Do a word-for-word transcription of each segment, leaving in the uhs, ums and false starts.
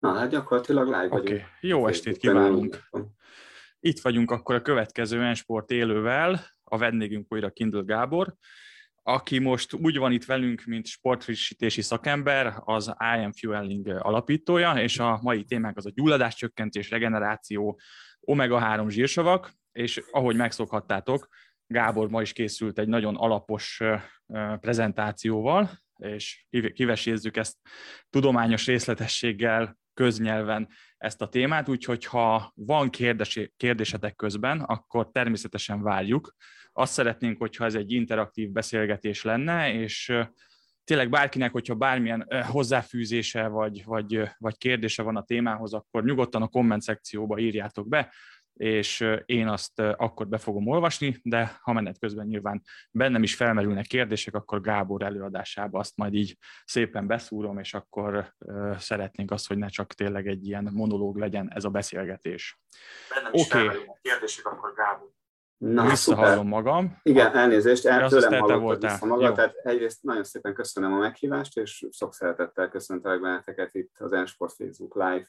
Na, hát gyakorlatilag live Oké, vagyunk. okay. Jó estét kívánunk! Itt vagyunk akkor a következő N-Sport élővel, a vendégünk újra Kindl Gábor, aki most úgy van itt velünk, mint sportfrissítési szakember, az I Am Fueling alapítója, és a mai témánk az a gyulladáscsökkentés, regeneráció, omega három zsírsavak, és ahogy megszokhattátok, Gábor ma is készült egy nagyon alapos prezentációval, és kivesézzük ezt tudományos részletességgel, köznyelven ezt a témát, úgyhogy ha van kérdés, kérdésetek közben, akkor természetesen várjuk. Azt szeretnénk, hogyha ez egy interaktív beszélgetés lenne, és tényleg bárkinek, hogyha bármilyen hozzáfűzése vagy, vagy, vagy kérdése van a témához, akkor nyugodtan a komment szekcióba írjátok be, és én azt akkor be fogom olvasni, de ha menet közben nyilván bennem is felmerülnek kérdések, akkor Gábor előadásába azt majd így szépen beszúrom, és akkor szeretnénk azt, hogy ne csak tényleg egy ilyen monológ legyen ez a beszélgetés. Bennem is okay. Felmerülnek kérdések, akkor Gábor. Na, visszahallom magam. Igen, elnézést, el tőlem hallottad voltál. vissza magad, tehát egyrészt nagyon szépen köszönöm a meghívást, és sok szeretettel köszöntelek benneteket itt az N-Sport Facebook Live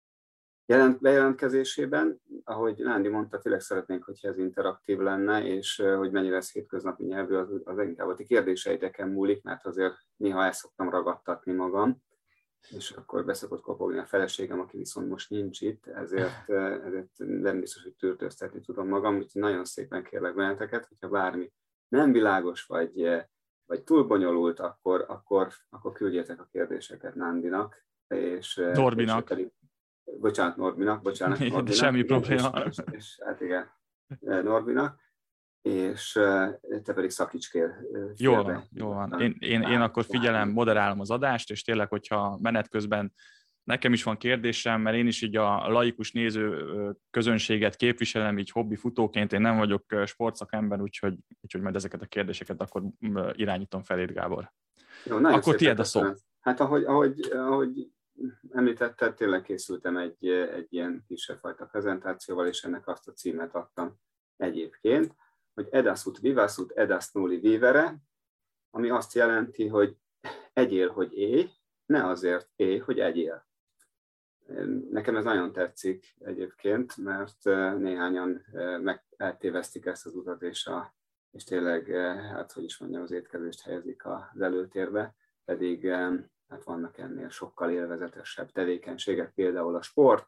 jelent, bejelentkezésében. Ahogy Nándi mondta, tényleg szeretnénk, hogyha ez interaktív lenne, és hogy mennyire ez hétköznapi nyelvű, az, az inkább a ti kérdéseiteken múlik, mert azért néha el szoktam ragadtatni magam, és akkor beszokott kopogni a feleségem, aki viszont most nincs itt, ezért, ezért nem biztos, hogy tűrtőztetni tudom magam, úgyhogy nagyon szépen kérlek benneteket, hogyha bármi nem világos, vagy, vagy túl bonyolult, akkor, akkor, akkor küldjétek a kérdéseket Nándinak, és Norbinak. És pedig, bocsánat, Norbinak, bocsánat, Norbinak. Semmi probléma. És, és, hát igen, Norbinak. És te pedig szakítskél. Jól van, jól van. Én, én, én akkor figyelem, moderálom az adást, és tényleg, hogyha menet közben nekem is van kérdésem, mert én is így a laikus néző közönséget képviselem, így hobbi futóként, én nem vagyok sportszakember, úgyhogy, úgyhogy majd ezeket a kérdéseket akkor irányítom feléd, Gábor. Jó, akkor tiéd a szó. Hát ahogy, ahogy, ahogy említetted, tényleg készültem egy, egy ilyen kisebb fajta prezentációval, és ennek azt a címet adtam egyébként, hogy edasut vivasut, edas nulli vivere, ami azt jelenti, hogy egyél, hogy élj, ne azért élj, hogy egyél. Nekem ez nagyon tetszik egyébként, mert néhányan meg eltévesztik ezt az utat, és, a, és tényleg, hát hogy is mondjam, az étkezést helyezik az előtérbe, pedig hát vannak ennél sokkal élvezetesebb tevékenységek, például a sport,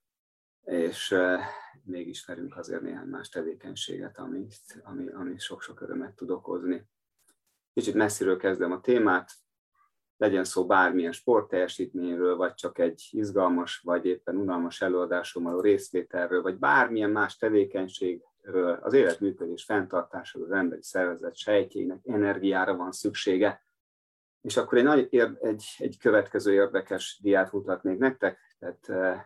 és még ismerünk azért néhány más tevékenységet, amit, ami, ami sok-sok örömet tud okozni. Kicsit messziről kezdem a témát, legyen szó bármilyen sportteljesítményről, vagy csak egy izgalmas, vagy éppen unalmas előadásommal a részvételről, vagy bármilyen más tevékenységről, az életműködés fenntartásáról, az emberi szervezet sejtjének energiára van szüksége. És akkor egy, nagy, egy, egy következő érdekes diát mutatnék nektek, tehát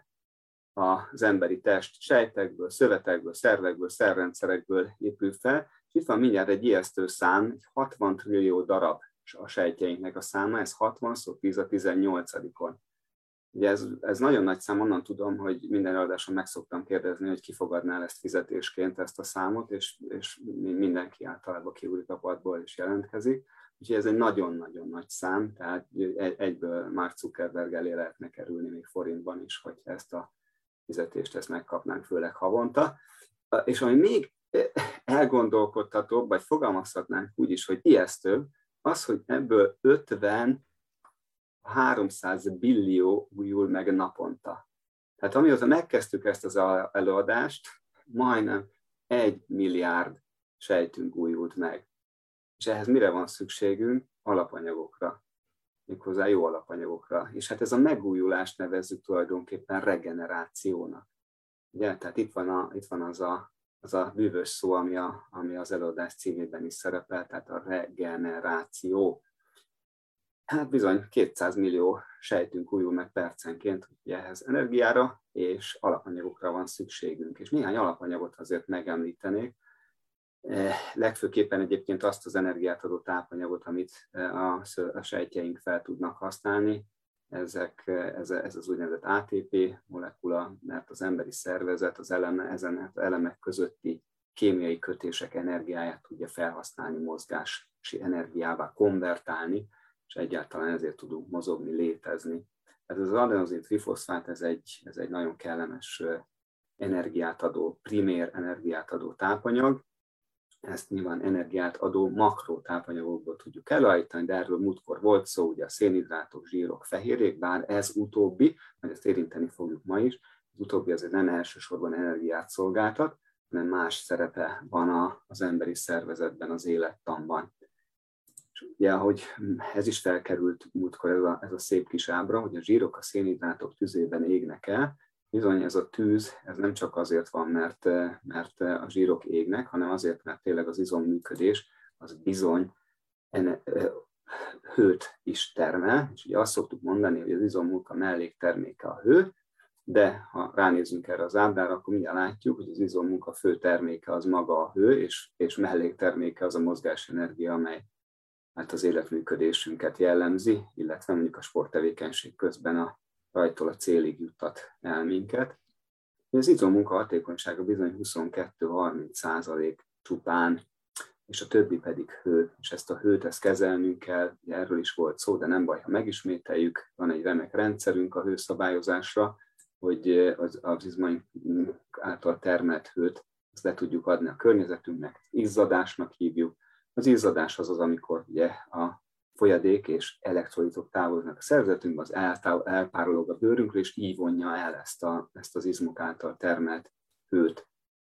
az emberi test sejtekből, szövetekből, szervekből, szervrendszerekből épül fel, és itt van mindjárt egy ijesztő szám, egy hatvan trillió darab a sejtjeinknek a száma, ez hatvanszor tíz a tizennyolcadikon. Ugye ez, ez nagyon nagy szám, onnan tudom, hogy minden előadáson meg szoktam kérdezni, hogy ki fogadná el ezt fizetésként, ezt a számot, és, és mindenki általában kiúrik a padból és jelentkezik. Úgyhogy ez egy nagyon-nagyon nagy szám, tehát egyből Mark Zuckerberg elé lehetne kerülni még forintban is, hogy ezt a fizetést ezt megkapnánk, főleg havonta. És ami még elgondolkodtatóbb, vagy fogalmazhatnánk úgy is, hogy ijesztőbb, az, hogy ebből ötven háromszáz billió újul meg naponta. Tehát amióta megkezdtük ezt az előadást, majdnem egy milliárd sejtünk újult meg. És ehhez mire van szükségünk? Alapanyagokra. Méghozzá jó alapanyagokra. És hát ez a megújulást nevezzük tulajdonképpen regenerációnak. Ugye? Tehát itt van, a, itt van az, a, az a bűvös szó, ami, a, ami az előadás címében is szerepel, tehát a regeneráció. Hát bizony kétszáz millió sejtünk újul meg percenként, ugye ehhez energiára és alapanyagokra van szükségünk. És néhány alapanyagot azért megemlítenék. Legfőképpen egyébként azt az energiát adó tápanyagot, amit a sejtjeink fel tudnak használni. Ezek, ez, ez az úgynevezett á té pé molekula, mert az emberi szervezet az eleme, ezen az elemek közötti kémiai kötések energiáját tudja felhasználni, mozgási energiává konvertálni, és egyáltalán ezért tudunk mozogni, létezni. Ez az adenozin trifoszfát, ez egy, ez egy nagyon kellemes energiát adó, primér energiát adó tápanyag. Ezt nyilván energiát adó makrotápanyagokból tudjuk előállítani, de erről múltkor volt szó, ugye a szénhidrátok, zsírok, fehérjék, bár ez utóbbi, mert ezt érinteni fogjuk ma is, az utóbbi azért nem elsősorban energiát szolgáltat, hanem más szerepe van az emberi szervezetben, az élettanban. És ugye, ahogy ez is felkerült múltkor ez a, ez a szép kis ábra, hogy a zsírok a szénhidrátok tüzében égnek el, bizony ez a tűz, ez nem csak azért van, mert, mert a zsírok égnek, hanem azért, mert tényleg az izomműködés az bizony hőt is termel, és ugye azt szoktuk mondani, hogy az izommunka mellékterméke a hő, de ha ránézünk erre az ábrára, akkor mindjárt látjuk, hogy az izommunka fő terméke az maga a hő, és, és mellékterméke az a mozgásenergia, amely hát az életműködésünket jellemzi, illetve mondjuk a sporttevékenység közben a rajtól a célig juttat el minket. Az izommunka hatékonysága bizony huszonkettő-harminc százalék csupán, és a többi pedig hő, és ezt a hőt ezt kezelnünk kell, erről is volt szó, de nem baj, ha megismételjük, van egy remek rendszerünk a hőszabályozásra, hogy az, az izmaink által termelt hőt ezt le tudjuk adni a környezetünknek, izzadásnak hívjuk. Az izzadás az az, amikor ugye a folyadék és elektrolitok távoznak a szervezetünkbe, az elpárolog a bőrünkről, és így vonja el ezt, a, ezt az izmok által termelt hőt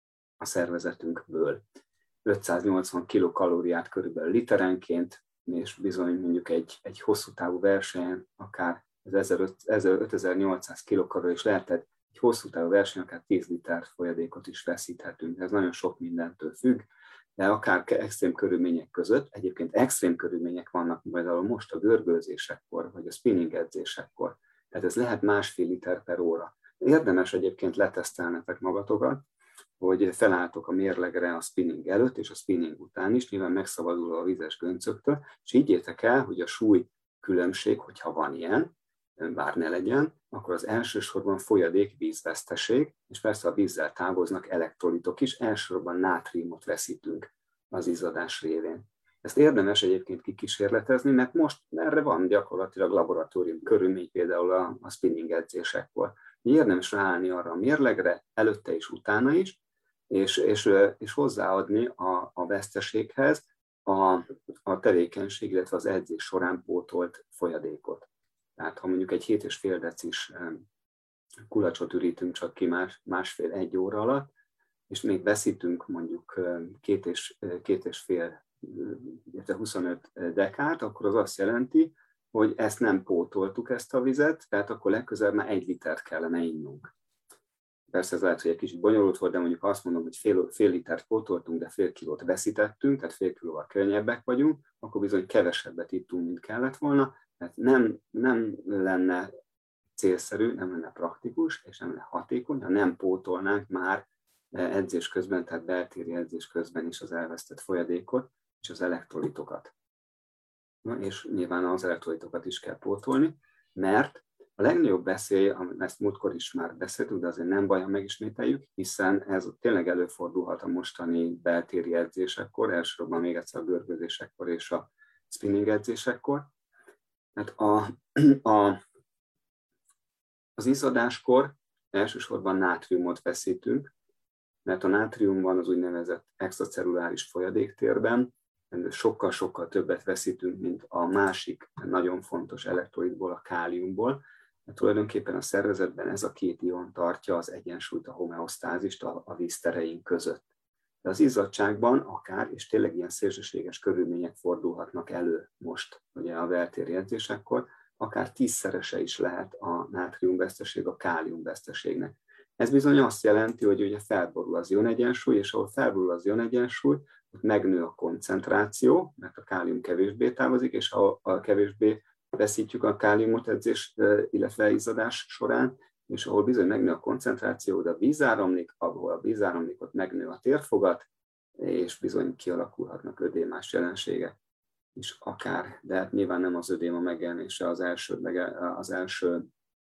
a szervezetünkből. ötszáznyolcvan kilokalóriát körülbelül literenként, és bizony mondjuk egy, egy hosszú távú versenyen akár ötezer-nyolcszáz kilokalória, és lehet egy hosszú távú versenyen akár tíz liter folyadékot is veszíthetünk. Ez nagyon sok mindentől függ, de akár extrém körülmények között, egyébként extrém körülmények vannak például most a görgőzésekkor, vagy a spinning edzésekkor, tehát ez lehet másfél liter per óra. Érdemes egyébként letesztelnetek magatokat, hogy felálltok a mérlegre a spinning előtt és a spinning után is, nyilván megszabadul a vizes göncöktől, és higgyétek el, hogy a súly különbség, hogyha van ilyen, bár ne legyen, akkor az elsősorban folyadék vízveszteség, és persze a vízzel távoznak elektrolitok is, elsősorban nátriumot veszítünk az izzadás révén. Ezt érdemes egyébként kikísérletezni, mert most erre van gyakorlatilag laboratórium körülmény, például a, a spinning edzésekkor. Érdemes ráállni arra a mérlegre, előtte és utána is, és, és, és hozzáadni a, a veszteséghez a, a tevékenység, illetve az edzés során pótolt folyadékot. Tehát ha mondjuk egy hét és fél decis kulacsot ürítünk csak ki más, másfél-egy óra alatt, és még veszítünk mondjuk két és, két és fél, huszonöt dekát, akkor az azt jelenti, hogy ezt nem pótoltuk, ezt a vizet, tehát akkor legközelebb már egy litert kellene innunk. Persze ez lehet, hogy egy kicsit bonyolult volt, de mondjuk azt mondom, hogy fél, fél litert pótoltunk, de fél kilót veszítettünk, tehát fél kilóval könnyebbek vagyunk, akkor bizony kevesebbet ittunk, mint kellett volna. Tehát nem, nem lenne célszerű, nem lenne praktikus, és nem lenne hatékony, ha nem pótolnánk már edzés közben, tehát beltéri edzés közben is az elvesztett folyadékot és az elektrolitokat. Na, és nyilván az elektrolitokat is kell pótolni, mert a legnagyobb veszély, ezt múltkor is már beszéltünk, de azért nem baj, ha megismételjük, hiszen ez tényleg előfordulhat a mostani beltéri edzésekkor, elsősorban még egyszer a görgőzésekkor és a spinning edzésekkor. Tehát a, a, az izzadáskor elsősorban nátriumot veszítünk, mert a nátriumban az úgynevezett extracelluláris folyadéktérben sokkal-sokkal többet veszítünk, mint a másik nagyon fontos elektrolitból, a káliumból. Mert tulajdonképpen a szervezetben ez a két ion tartja az egyensúlyt, a homeosztázist a, a víztereink között. De az izzadságban akár, és tényleg ilyen szélsőséges körülmények fordulhatnak elő most, ugye a beltéri edzésekkor, akár tízszerese is lehet a nátriumveszteség a káliumveszteségnek. Ez bizony azt jelenti, hogy ugye felborul az ionegyensúly, és ahol felborul az ionegyensúly, ott megnő a koncentráció, mert a kálium kevésbé távozik, és ahol a kevésbé veszítjük a káliumot edzés, illetve izzadás során, és ahol bizony megnő a koncentráció, de a vízáramlik, ahol a vízáramlik, ott megnő a térfogat, és bizony kialakulhatnak ödémás jelenségek is akár, de hát nyilván nem az ödéma megjelenése az első, az első,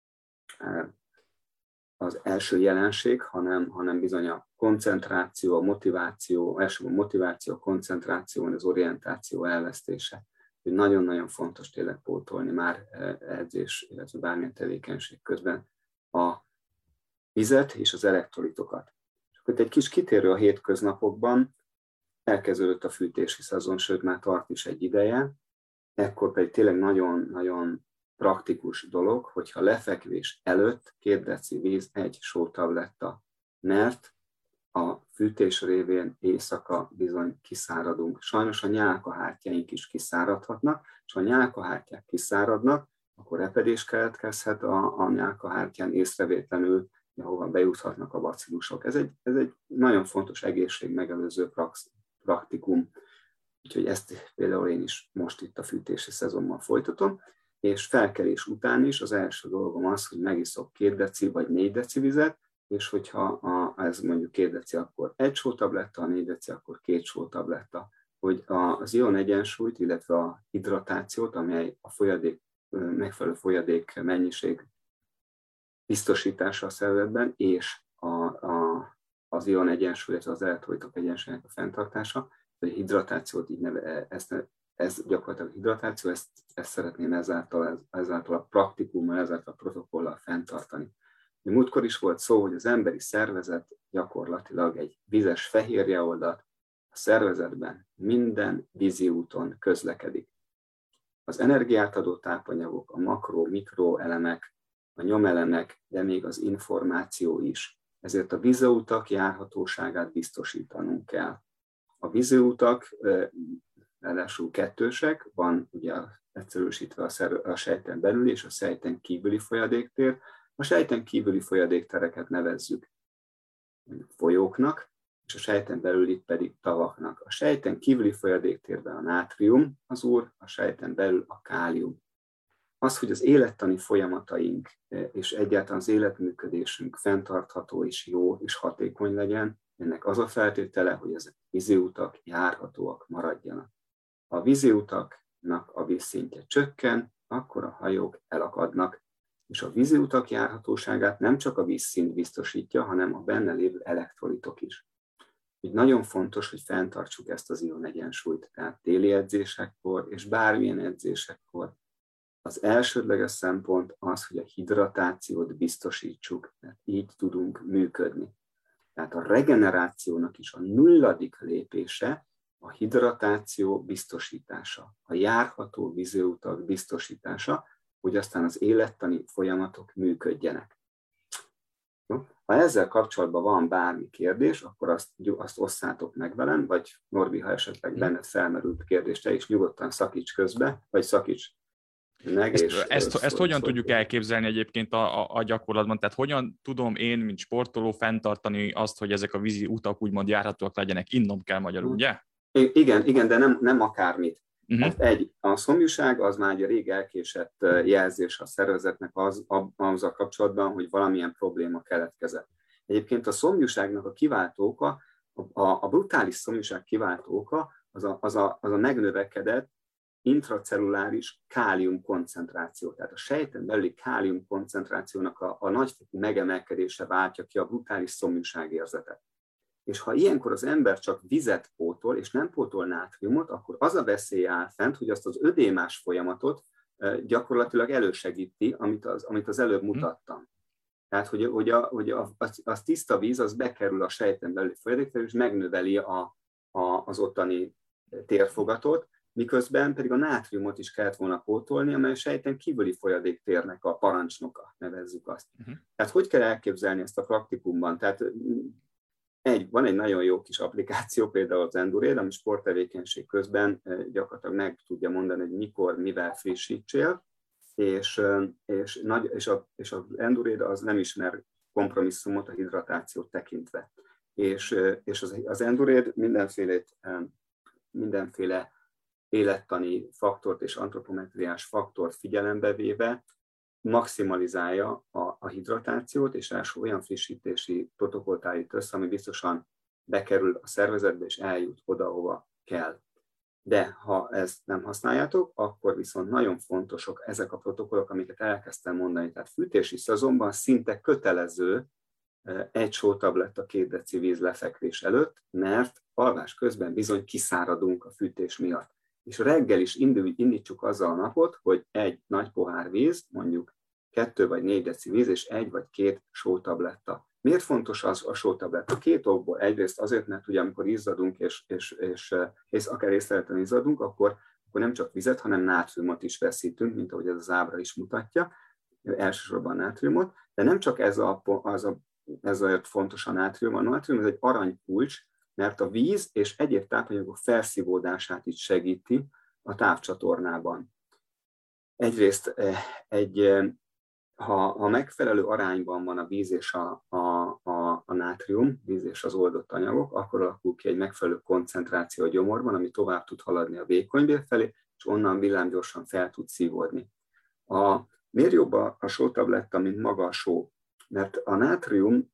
az első jelenség, hanem, hanem bizony a koncentráció, a motiváció, elsősorban a motiváció, a koncentráció, az orientáció elvesztése. hogy nagyon-nagyon fontos tényleg pótolni már edzés, illetve bármilyen tevékenység közben a vizet és az elektrolitokat. És akkor egy kis kitérő a hétköznapokban, elkezdődött a fűtési szezon, sőt már tart is egy ideje, ekkor pedig tényleg nagyon-nagyon praktikus dolog, hogyha lefekvés előtt két deci víz, egy sótabletta, mert a fűtés révén éjszaka bizony kiszáradunk. Sajnos a nyálkahártyáink is kiszáradhatnak, és ha a nyálkahártyák kiszáradnak, akkor repedés keletkezhet a, a nyálkahártyán észrevétlenül, ahova bejuthatnak a bacillusok. Ez egy, ez egy nagyon fontos egészségmegelőző prax, praktikum, úgyhogy ezt például én is most itt a fűtési szezonban folytatom, és felkelés után is az első dolgom az, hogy megiszok két deci vagy négy deci vizet, és hogyha a, ez mondjuk két deci, akkor egy sótabletta, a négy deci, akkor két sótabletta, hogy az ion egyensúlyt, illetve a hidratációt, amely a folyadék, megfelelő folyadék mennyiség biztosítása a szervezetben, és a, a, az ion egyensúly, illetve az elektrolitok egyensúlyának a fenntartása, hogy a hidratációt így neve, ezt, ez gyakorlatilag hidratáció, ezt, ezt szeretném ezáltal, ezáltal a praktikummal, ezáltal a protokollal fenntartani. Múltkor is volt szó, hogy az emberi szervezet gyakorlatilag egy vizes fehérjeoldat a szervezetben minden vízi úton közlekedik. Az energiát adó tápanyagok, a makro-mikro elemek, a nyomelemek, de még az információ is. Ezért a vízútak járhatóságát biztosítanunk kell. A vízútak ráadásul kettősek, van ugye egyszerűsítve a, szer- a sejten belül és a sejten kívüli folyadéktér. A sejten kívüli folyadéktereket nevezzük folyóknak, és a sejten belüli pedig tavaknak. A sejten kívüli folyadéktérben a nátrium az úr, a sejten belül a kálium. Az, hogy az élettani folyamataink és egyáltalán az életműködésünk fenntartható és jó és hatékony legyen, ennek az a feltétele, hogy ezek a víziutak járhatóak maradjanak. Ha a víziutaknak a vízszintje csökken, akkor a hajók elakadnak, és a víziutak járhatóságát nem csak a vízszint biztosítja, hanem a benne lévő elektrolitok is. Így nagyon fontos, hogy fenntartsuk ezt az ion egyensúlyt, tehát téli edzésekkor és bármilyen edzésekkor. Az elsődleges szempont az, hogy a hidratációt biztosítsuk, mert így tudunk működni. Tehát a regenerációnak is a nulladik lépése a hidratáció biztosítása, a járható víziutak biztosítása, hogy aztán az élettani folyamatok működjenek. Ha ezzel kapcsolatban van bármi kérdés, akkor azt, azt osszátok meg velem, vagy Norbi, ha esetleg benned felmerült kérdés, te is nyugodtan szakíts közbe, vagy szakíts meg. Ezt, és ezt, szó, ezt hogyan szó, tudjuk szó. elképzelni egyébként a, a, a gyakorlatban? Tehát hogyan tudom én, mint sportoló fenntartani azt, hogy ezek a vízi utak úgymond járhatóak legyenek? Innom kell magyarul, ugye? Igen, igen, de nem, nem akármit. Uh-huh. Hát egy, a szomjúság az már egy rég elkésett jelzés a szervezetnek az, az a kapcsolatban, hogy valamilyen probléma keletkezett. Egyébként a szomjúságnak a kiváltó oka, a, a brutális szomjúság kiváltó oka az a, az, a, az a megnövekedett intracelluláris kálium koncentráció. Tehát a sejten belüli kálium koncentrációnak a, a nagyfokú megemelkedése váltja ki a brutális szomjúság érzetet. És ha ilyenkor az ember csak vizet pótol, és nem pótol nátriumot, akkor az a veszély áll fent, hogy azt az ödémás folyamatot gyakorlatilag elősegíti, amit az, amit az előbb mutattam. Tehát, hogy, hogy, a, hogy a, az, az tiszta víz, az bekerül a sejten belüli folyadékterbe, és megnöveli a, a, az ottani térfogatot, miközben pedig a nátriumot is kellett volna pótolni, amely a sejten kívüli folyadéktérnek a parancsnoka, nevezzük azt. Uh-huh. Tehát hogy kell elképzelni ezt a praktikumban? Tehát Egy, van egy nagyon jó kis applikáció, például az Endurade, ami sporttevékenység közben gyakorlatilag meg tudja mondani, hogy mikor, mivel frissítsél, és, és, nagy, és, a, és az Endurade az nem ismer kompromisszumot a hidratációt tekintve. És, és az, az Endurade mindenféle, mindenféle élettani faktort és antropometriás faktort figyelembe véve maximalizálja a, a hidratációt, és első olyan frissítési protokollt állít össze, ami biztosan bekerül a szervezetbe, és eljut oda, hova kell. De ha ezt nem használjátok, akkor viszont nagyon fontosok ezek a protokollok, amiket elkezdtem mondani. Tehát fűtési szezonban szinte kötelező egy sótabletta két deci víz lefekvés előtt, mert alvás közben bizony kiszáradunk a fűtés miatt. és reggel is indítsuk azzal a napot, hogy egy nagy pohár víz, mondjuk kettő vagy négy deci víz, és egy vagy két sótabletta. Miért fontos az a sótabletta? Két okból. Egyrészt azért, mert ugye amikor izzadunk, és, és, és, és akár észlelten izzadunk, akkor, akkor nem csak vizet, hanem nátriumot is veszítünk, mint ahogy ez az ábra is mutatja, elsősorban nátriumot, de nem csak ez a, az a, ezért fontos a nátrium. A nátrium ez egy aranykulcs, mert a víz és egyéb tápanyagok felszívódását is segíti a távcsatornában. Egyrészt egy, ha, ha megfelelő arányban van a víz és a, a, a, a nátrium, víz és az oldott anyagok, akkor alakul ki egy megfelelő koncentráció a gyomorban, ami tovább tud haladni a vékonybél felé, és onnan villámgyorsan fel tud szívódni. A, miért jobb a, a sótabletta, mint maga a só? Mert a nátrium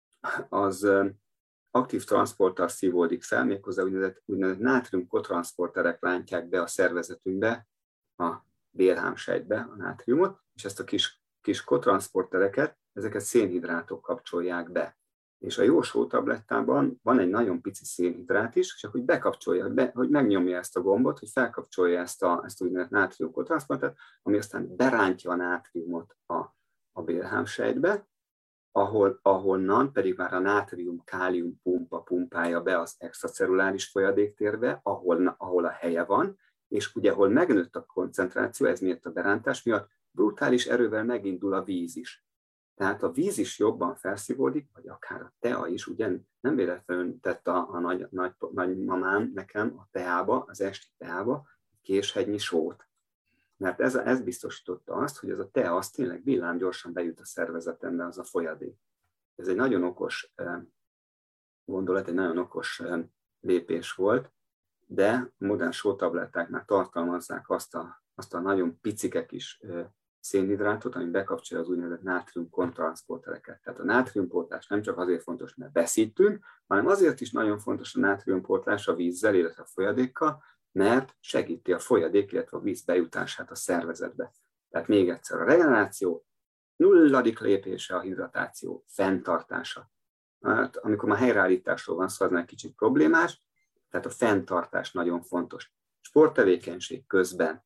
az aktív transzporttal szívódik fel, méghozzá úgynevezett, úgynevezett nátrium kotranszporterek rántják be a szervezetünkbe, a bélhámsejtbe a nátriumot, és ezt a kis, kis kotranszportereket, ezeket szénhidrátok kapcsolják be. És a jó sótablettában van egy nagyon pici szénhidrát is, csak hogy bekapcsolja, be, hogy megnyomja ezt a gombot, hogy felkapcsolja ezt a ezt úgynevezett nátrium kotranszportert, ami aztán berántja a nátriumot a, a bélhámsejtbe, ahol, ahonnan pedig már a nátrium-kálium pumpa pumpálja be az extracelluláris folyadéktérbe, ahol, ahol a helye van, és ugye, ahol megnőtt a koncentráció, ez miatt a berántás miatt, brutális erővel megindul a víz is. Tehát a víz is jobban felszívódik, vagy akár a tea is, ugye nem véletlenül tett a, a nagy, nagy, nagymamám nekem a teába, az esti teába késhegynyi sót. Mert ez, ez biztosította azt, hogy ez a tea az tényleg villámgyorsan bejut a szervezetembe, az a folyadék. Ez egy nagyon okos gondolat, egy nagyon okos lépés volt, de a modern sótabletták már tartalmazzák azt a, azt a nagyon picike kis szénhidrátot, ami bekapcsolja az úgynevezett nátrium kontranszportereket. Tehát a nátriumpótlás nem csak azért fontos, mert veszítünk, hanem azért is nagyon fontos a nátriumpótlás a vízzel, illetve a folyadékkal, mert segíti a folyadék, illetve a víz bejutását a szervezetbe. Tehát még egyszer a regeneráció, nulladik lépése a hidratáció fenntartása. Hát, amikor már helyreállításról van szó, az egy kicsit problémás, tehát a fenntartás nagyon fontos. Sporttevékenység közben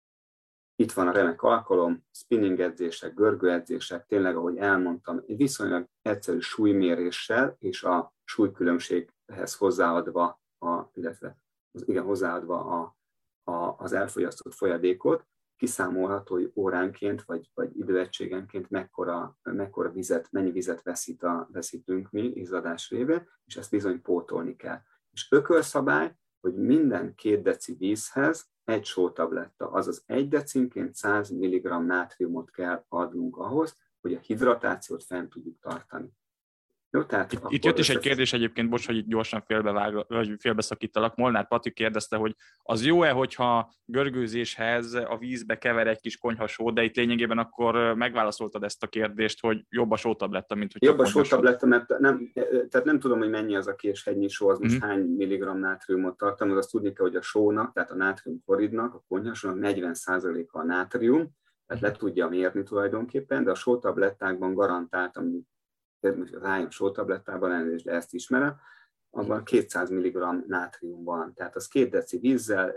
itt van a remek alkalom, spinning edzések, görgőedzések, tényleg, ahogy elmondtam, egy viszonylag egyszerű súlyméréssel és a súlykülönbséghez hozzáadva, a, illetve igen, hozzáadva a, a, az elfogyasztott folyadékot, kiszámolható, hogy óránként vagy, vagy időegységenként mekkora, mekkora vizet, mennyi vizet veszít a, veszítünk mi izzadás révén, és ezt bizony pótolni kell. És ökölszabály, hogy minden két deci vízhez egy sótabletta, azaz egy decinként száz milligramm nátriumot kell adnunk ahhoz, hogy a hidratációt fent tudjuk tartani. Jó, tehát itt itt jött is egy kérdés egyébként, bocs, hogy itt gyorsan félbevág, vagy félbeszakítalak. Molnár Patrik kérdezte, hogy az jó-e, hogyha görgőzéshez a vízbe kever egy kis konyhasót, de itt lényegében akkor megválaszoltad ezt a kérdést, hogy jobb a sótabletta, mint hogy jobb a sótabletta, mert nem, tehát nem tudom, hogy mennyi az a késhegynyi só, az most mm. hány milligramm nátriumot tartalmaz, azt tudni kell, hogy a sónak, tehát a nátriumkloridnak, a konyhasónak negyven százaléka a nátrium, tehát le tudja mérni tulajdonképpen, de a sótablettákban garantált, ami az ájom sótablettában, elnézést, de ezt ismerem, abban kétszáz milligramm nátrium van. Tehát az két deci vízzel,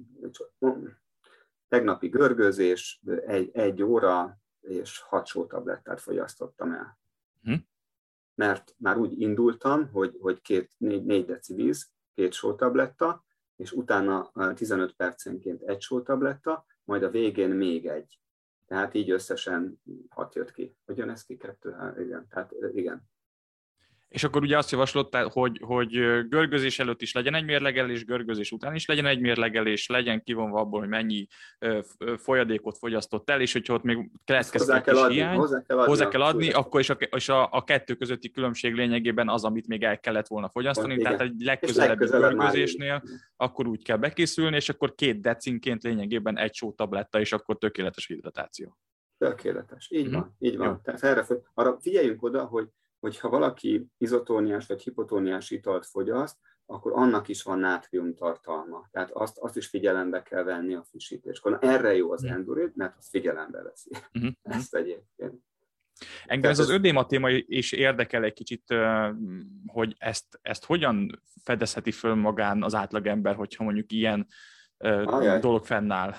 tegnapi görgőzés, egy, egy óra és hat sótablettát fogyasztottam el. Hm? Mert már úgy indultam, hogy, hogy két, négy, négy deci víz, két sótabletta, és utána tizenöt percenként egy sótabletta, majd a végén még egy. Tehát így összesen hat jött ki. Hogyan ez ki? Kettő, igen. Tehát igen. És akkor ugye azt javaslott, hogy, hogy görgőzés előtt is legyen egy mérlegelés, görgőzés után is legyen egy mérlegelés, legyen kivonva abból, hogy mennyi folyadékot fogyasztott el, és hogyha ott még keletkezik egy kis hiány, hozzá kell adni, hozzá kell adni akkor is a, és a, a kettő közötti különbség lényegében az, amit még el kellett volna fogyasztani, igen. Tehát egy legközelebbi görgőzésnél akkor úgy kell bekészülni, és akkor két decinként lényegében egy sótabletta, és akkor tökéletes hidratáció. Tökéletes, így mm-hmm. van, így van. Jó. Tehát erre, arra figyeljünk oda, hogy hogyha valaki izotóniás vagy hipotóniás italt fogyaszt, akkor annak is van nátrium tartalma. Tehát azt, azt is figyelembe kell venni a frissítéskor. Erre jó az Endurit, mert azt figyelembe veszi. Uh-huh. Ezt egyébként. Engem ez az ödéma téma is érdekel egy kicsit, hogy ezt, ezt hogyan fedezheti föl magán az átlagember, hogyha mondjuk ilyen Ajaj. dolog fennáll.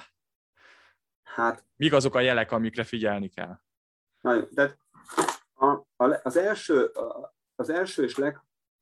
Hát, mik azok a jelek, amikre figyelni kell? Nagyon, de a, a, az, első, az első és leg...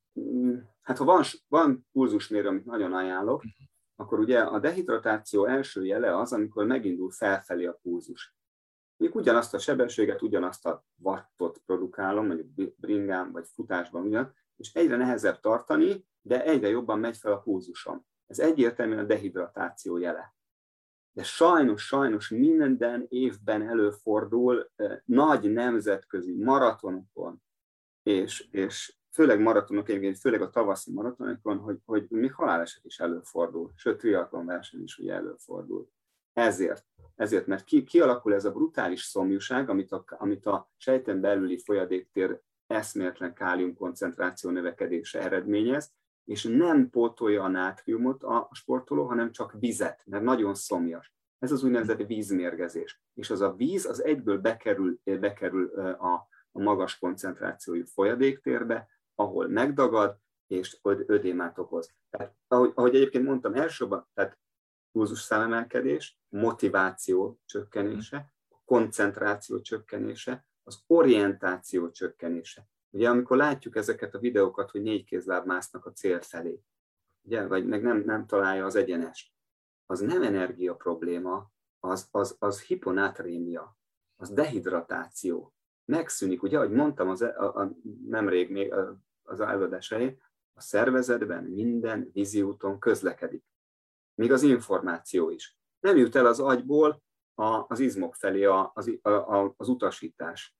Hát ha van, van pulzusmérő, amit nagyon ajánlok, akkor ugye a dehidratáció első jele az, amikor megindul felfelé a pulzus. Még ugyanazt a sebességet, ugyanazt a wattot produkálom, mondjuk bringám vagy futásban ugyan, és egyre nehezebb tartani, de egyre jobban megy fel a pulzusom. Ez egyértelműen a dehidratáció jele. De sajnos, sajnos minden évben előfordul eh, nagy nemzetközi maratonokon, és, és főleg maratonok, főleg a tavaszi maratonokon, hogy, hogy még haláleset is előfordul, sőt, triatlon verseny is ugye előfordul. Ezért, ezért mert ki, kialakul ez a brutális szomjúság, amit a, amit a sejten belüli folyadéktér eszméletlen kálium koncentráció növekedése eredményez, és nem pótolja a nátriumot a sportoló, hanem csak vizet, mert nagyon szomjas. Ez az úgynevezett vízmérgezés. És az a víz az egyből bekerül, bekerül a, a magas koncentrációjú folyadéktérbe, ahol megdagad, és ödémát okoz. Tehát, ahogy, ahogy egyébként mondtam, elsőben, tehát pulzusszámemelkedés, motiváció csökkenése, koncentráció csökkenése, az orientáció csökkenése. Ugye amikor látjuk ezeket a videókat, hogy négy kézláb másznak a cél felé, ugye, vagy meg nem, nem találja az egyenest, az nem energia probléma, az, az, az hiponátrémia, az dehidratáció. Megszűnik, ugye, ahogy mondtam az, a, a, nemrég még az előadás elején, a szervezetben minden víziúton közlekedik. Még az információ is. Nem jut el az agyból a, az izmok felé az, a, a, az utasítás.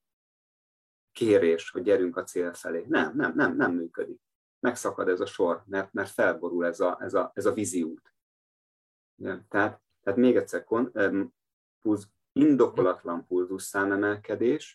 Kérés, hogy gyerünk a cél felé. Nem, nem, nem, nem működik. Megszakad ez a sor, mert, mert felborul ez a, ez a, ez a víziút. Ja, tehát, tehát még egyszer, pulz, indokolatlan pulzusszámemelkedés,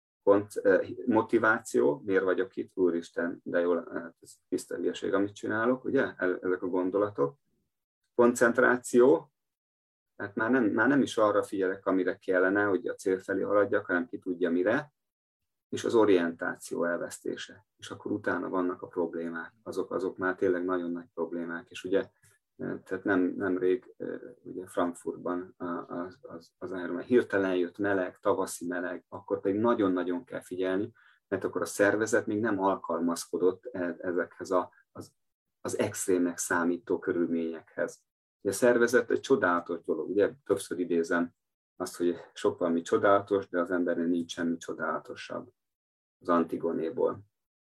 motiváció, miért vagyok itt, úristen, de jól, ez tiszta hülyeség, amit csinálok, ugye, ezek a gondolatok. Koncentráció, tehát már nem, már nem is arra figyelek, amire kellene, hogy a cél felé haladjak, hanem ki tudja mire, és az orientáció elvesztése. És akkor utána vannak a problémák, azok, azok már tényleg nagyon nagy problémák, és ugye, tehát nem, nemrég ugye Frankfurtban az, az, az Ironman hirtelen jött meleg, tavaszi meleg, akkor pedig nagyon-nagyon kell figyelni, mert akkor a szervezet még nem alkalmazkodott ezekhez a, az, az extrémnek számító körülményekhez. A szervezet egy csodálatos dolog, ugye többször idézem azt, hogy sok valami csodálatos, de az embernél nincs semmi csodálatosabb az Antigonéból.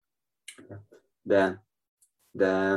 De, de...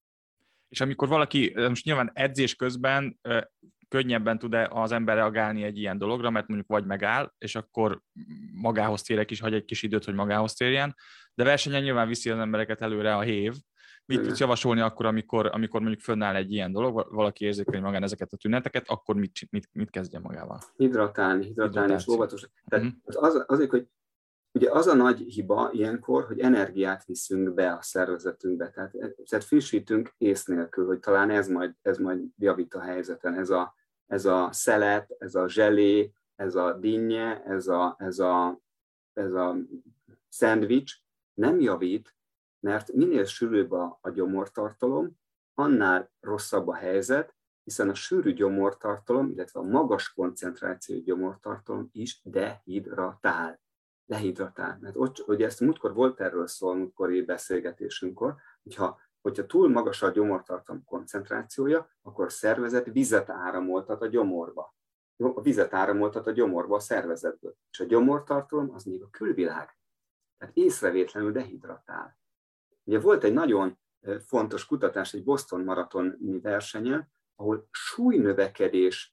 És amikor valaki, most nyilván edzés közben könnyebben tud-e az ember reagálni egy ilyen dologra, mert mondjuk vagy megáll, és akkor magához térek is, hagy egy kis időt, hogy magához térjen, de versenyen nyilván viszi az embereket előre a hév. Mit tudsz javasolni akkor, amikor, amikor mondjuk fönnáll egy ilyen dolog, valaki érzékeli magán ezeket a tüneteket, akkor mit, mit, mit kezdjen magával? Hidratálni, hidratálni és óvatosan. Tehát uh-huh. az, azért, hogy ugye az a nagy hiba ilyenkor, hogy energiát viszünk be a szervezetünkbe, tehát, tehát frissítünk ész nélkül, hogy talán ez majd, ez majd javít a helyzeten, ez a, ez a szelet, ez a zselé, ez a dinnye, ez a, ez a, ez a szendvics nem javít, mert minél sűrűbb a, a gyomortartalom, annál rosszabb a helyzet, hiszen a sűrű gyomortartalom, illetve a magas koncentrációjú gyomortartalom is dehidratál. Dehidratál. Mert ott, ugye ezt múltkor volt erről szó, múltkori beszélgetésünkkor, hogyha, hogyha túl magas a gyomortartalom koncentrációja, akkor a szervezet vizet áramoltat a gyomorba. A vizet áramoltat a gyomorba a szervezetből. És a gyomortartalom az még a külvilág. Tehát észrevétlenül dehidratál. Ugye volt egy nagyon fontos kutatás egy Boston maratoni versenyen, ahol súlynövekedés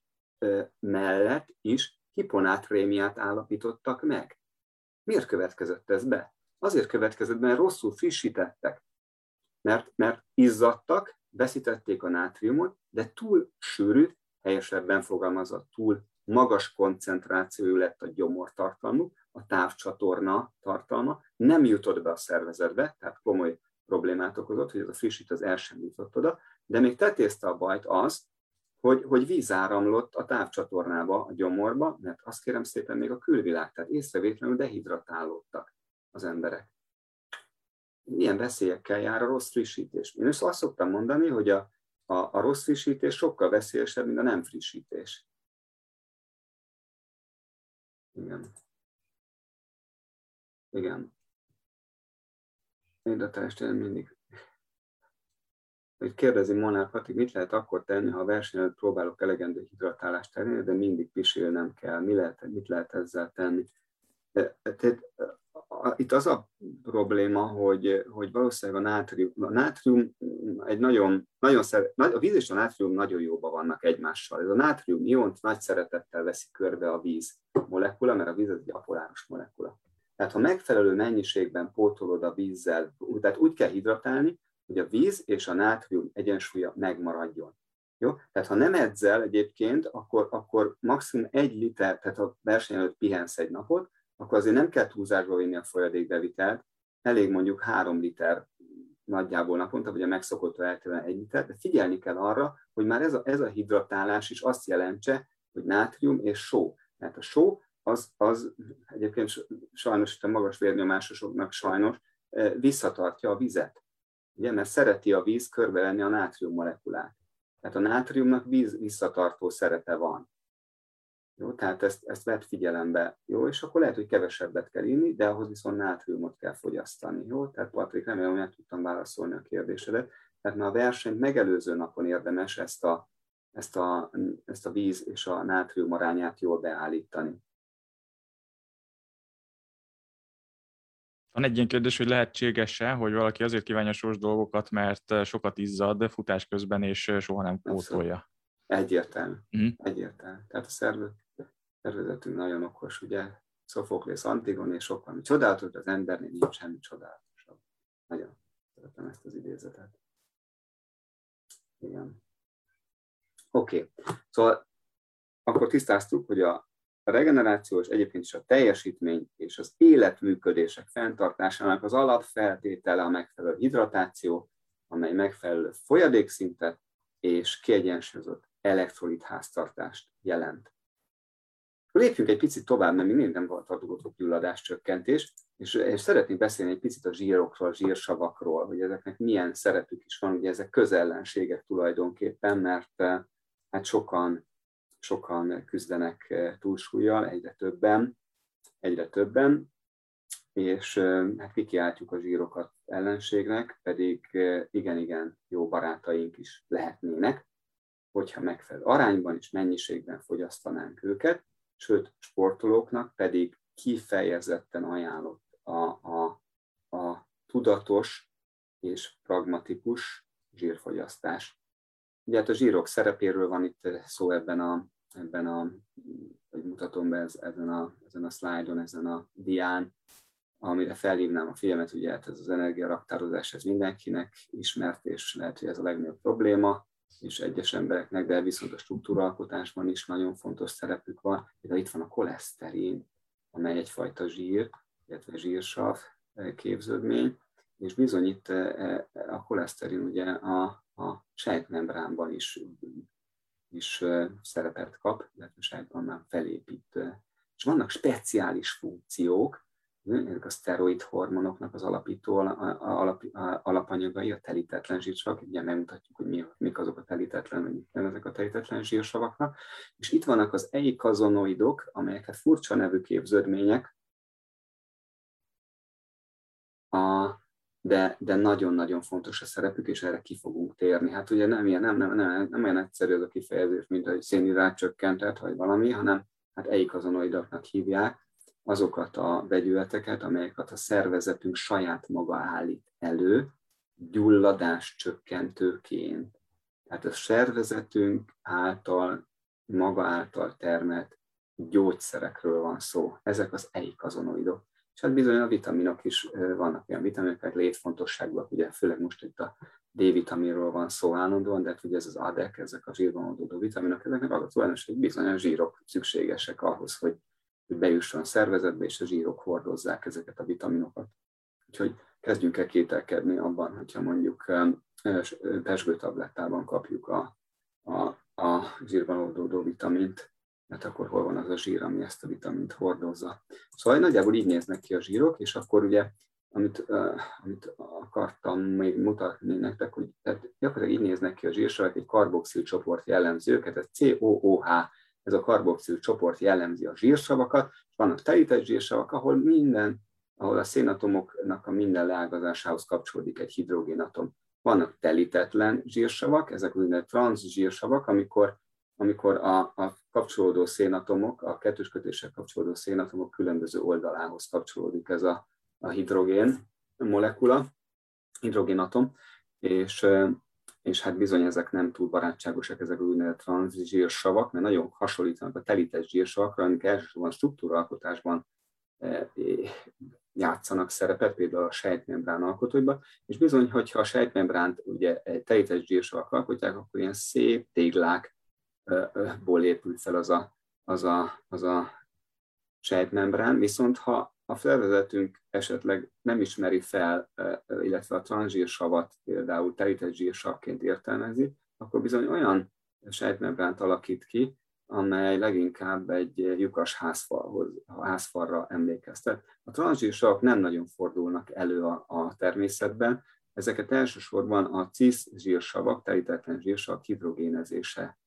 mellett is hiponátrémiát állapítottak meg. Miért következett ez be? Azért következett be, mert rosszul frissítettek. Mert, mert izzadtak, veszítették a nátriumot, de túl sűrű, helyesebben fogalmazott, túl magas koncentrációjú lett a gyomortartalmuk, a távcsatorna tartalma, nem jutott be a szervezetbe, tehát komoly problémát okozott, hogy ez a frissít az el sem jutott oda, de még tetézte a bajt az, hogy, hogy víz áramlott a távcsatornába, a gyomorba, mert azt kérem szépen még a külvilág, tehát észrevétlenül dehidratálódtak az emberek. Milyen veszélyekkel jár a rossz frissítés? Én is azt szoktam mondani, hogy a, a, a rossz frissítés sokkal veszélyesebb, mint a nem frissítés. Igen. Igen. Hidratást mindig. Hogy kérdezi Molnár Patrik, mit lehet akkor tenni, ha a verseny előtt próbálok elegendő hidratálást tenni, de mindig pisilnem kell. Mi lehet, mit lehet ezzel tenni? Tehát, itt az a probléma, hogy, hogy valószínűleg a nátrium, a nátrium egy nagyon, nagyon szeret, a víz és a nátrium nagyon jóban vannak egymással. Ez a nátrium iont nagy szeretettel veszi körbe a víz molekula, mert a víz egy apoláros molekula. Tehát ha megfelelő mennyiségben pótolod a vízzel, tehát úgy kell hidratálni, hogy a víz és a nátrium egyensúlya megmaradjon. Jó? Tehát ha nem edzel egyébként, akkor, akkor maximum egy liter, tehát ha verseny előtt pihensz egy napot, akkor azért nem kell túlzásba vinni a folyadékbevitelt, elég mondjuk három liter nagyjából naponta, vagy a megszokottól eltérően egy liter, de figyelni kell arra, hogy már ez a, ez a hidratálás is azt jelentse, hogy nátrium és só. Tehát a só az, az egyébként sajnos a magas vérnyomásosoknak sajnos visszatartja a vizet. Ugye, mert szereti a víz körbevenni a nátrium molekulát. Tehát a nátriumnak víz visszatartó szerepe van. Jó, tehát ezt, ezt vett figyelembe. Jó, és akkor lehet, hogy kevesebbet kell inni, de ahhoz viszont nátriumot kell fogyasztani. Jó, tehát Patrik, remélem, hogy meg tudtam válaszolni a kérdésedet. Tehát már a versenyt megelőző napon érdemes ezt a, ezt a, ezt a víz és a nátrium arányát jól beállítani. Van egy ilyen kérdés, hogy lehetséges-e, hogy valaki azért kívánja sós dolgokat, mert sokat izzad futás közben, és soha nem pótolja. Egyértelmű. Mm. Egyértelmű. Tehát a szervezet, szervezetünk nagyon okos, ugye Szofoklész, Antigon és sok valami csodálatos, az embernél nincs semmi csodálatosabb. Nagyon szeretem ezt az idézetet. Igen. Oké. Okay. Szóval akkor tisztáztuk, hogy a A regeneráció és egyébként is a teljesítmény és az életműködések fenntartásának az alapfeltétele a megfelelő hidratáció, amely megfelelő folyadékszintet és kiegyensúlyozott elektrolit háztartást jelent. Lépjünk egy picit tovább, mert még nem volt a gyulladás csökkentés, és, és szeretnék beszélni egy picit a zsírokról, a zsírsavakról, hogy ezeknek milyen szerepük is van, ugye ezek közellenségek tulajdonképpen, mert hát sokan sokan küzdenek túlsúllyal, egyre többen, egyre többen, és hát kikiáltjuk a zsírokat ellenségnek, pedig igen-igen jó barátaink is lehetnének, hogyha megfelelő arányban és mennyiségben fogyasztanánk őket, sőt, sportolóknak pedig kifejezetten ajánlott a, a, a tudatos és pragmatikus zsírfogyasztás. Ugye hát a zsírok szerepéről van itt szó ebben a, ebben a hogy mutatom be ez, ezen, a, ezen a szlájdon, ezen a dián, amire felhívnám a figyelmet, ugye hát ez az energiaraktározás, ez mindenkinek ismert, és lehet, hogy ez a legnagyobb probléma, és egyes embereknek, de viszont a struktúraalkotásban is nagyon fontos szerepük van. De itt van a koleszterin, amely egyfajta zsír, illetve zsírsav képződmény, és bizony itt a koleszterin ugye a, a sejtmembránban is, is szerepet kap, illetve sejtmembrán felépít. És vannak speciális funkciók, ezek a szteroid hormonoknak az alapító alap, alapanyagai, a telítetlen zsírsavak, ugye megmutatjuk, hogy mi, mik azok a telítetlen, vagy mik nem ezek a telítetlen zsírsavaknak. És itt vannak az eikazonoidok, amelyek furcsa nevű képződmények, a, de, de nagyon-nagyon fontos a szerepük, és erre ki fogunk térni. Hát ugye nem, ilyen, nem, nem, nem, nem olyan egyszerű az a kifejezés, mint a szénhidrát csökkentett, vagy valami, hanem hát eikazonoidoknak hívják azokat a vegyületeket, amelyeket a szervezetünk saját maga állít elő, gyulladás csökkentőként. Tehát a szervezetünk által, maga által termelt gyógyszerekről van szó. Ezek az eikazonoidok. És hát bizony a vitaminok is vannak olyan vitaminok, létfontosságúak, ugye főleg most itt a D-vitaminról van szó állandóan, de hát ugye ez az á dé e ká, ezek a zsírban oldódó vitaminok, ezeknek az a tulajdonság, hogy bizonyos zsírok szükségesek ahhoz, hogy hogy bejusson a szervezetbe, és a zsírok hordozzák ezeket a vitaminokat. Úgyhogy kezdjünk el kételkedni abban, hogyha mondjuk pezsgőtablettában kapjuk a, a, a zsírban oldódó vitamint, mert akkor hol van az a zsír, ami ezt a vitamint hordozza. Szóval nagyjából így néznek ki a zsírok, és akkor ugye amit, uh, amit akartam még mutatni nektek, hogy tehát gyakorlatilag így néznek ki a zsírsavak, egy karboxil csoport jellemzi őket, ez C O O H, ez a karboxil csoport jellemzi a zsírsavakat, és vannak telített zsírsavak, ahol minden, ahol a szénatomoknak a minden leágazásához kapcsolódik egy hidrogénatom. Vannak telítetlen zsírsavak, ezek úgynevezett transzsírsavak, amikor, amikor a, a kapcsolódó szénatomok, a kettős kötéssel kapcsolódó szénatomok különböző oldalához kapcsolódik ez a, a hidrogén molekula, hidrogénatom, és, és hát bizony ezek nem túl barátságosak, ezek úgynevezett transzsírsavak, mert nagyon hasonlítanak a telített zsírsavakra, amik elsősorban struktúraalkotásban játszanak szerepet, például a sejtmembrán alkotóiban, és bizony, hogyha a sejtmembránt ugye telített zsírsavak alkotják, akkor ilyen szép téglákból épült fel az a, az a, az a sejtmembrán, viszont ha a felvezetünk esetleg nem ismeri fel, illetve a transzsírsavat például telített zsírsavként értelmezi, akkor bizony olyan sejtmembránt alakít ki, amely leginkább egy lyukas házfalhoz, házfalra emlékeztet. A transzsírsavak nem nagyon fordulnak elő a, a természetben, ezeket elsősorban a cisz-zsírsavak, telítetlen zsírsavak hidrogénezésével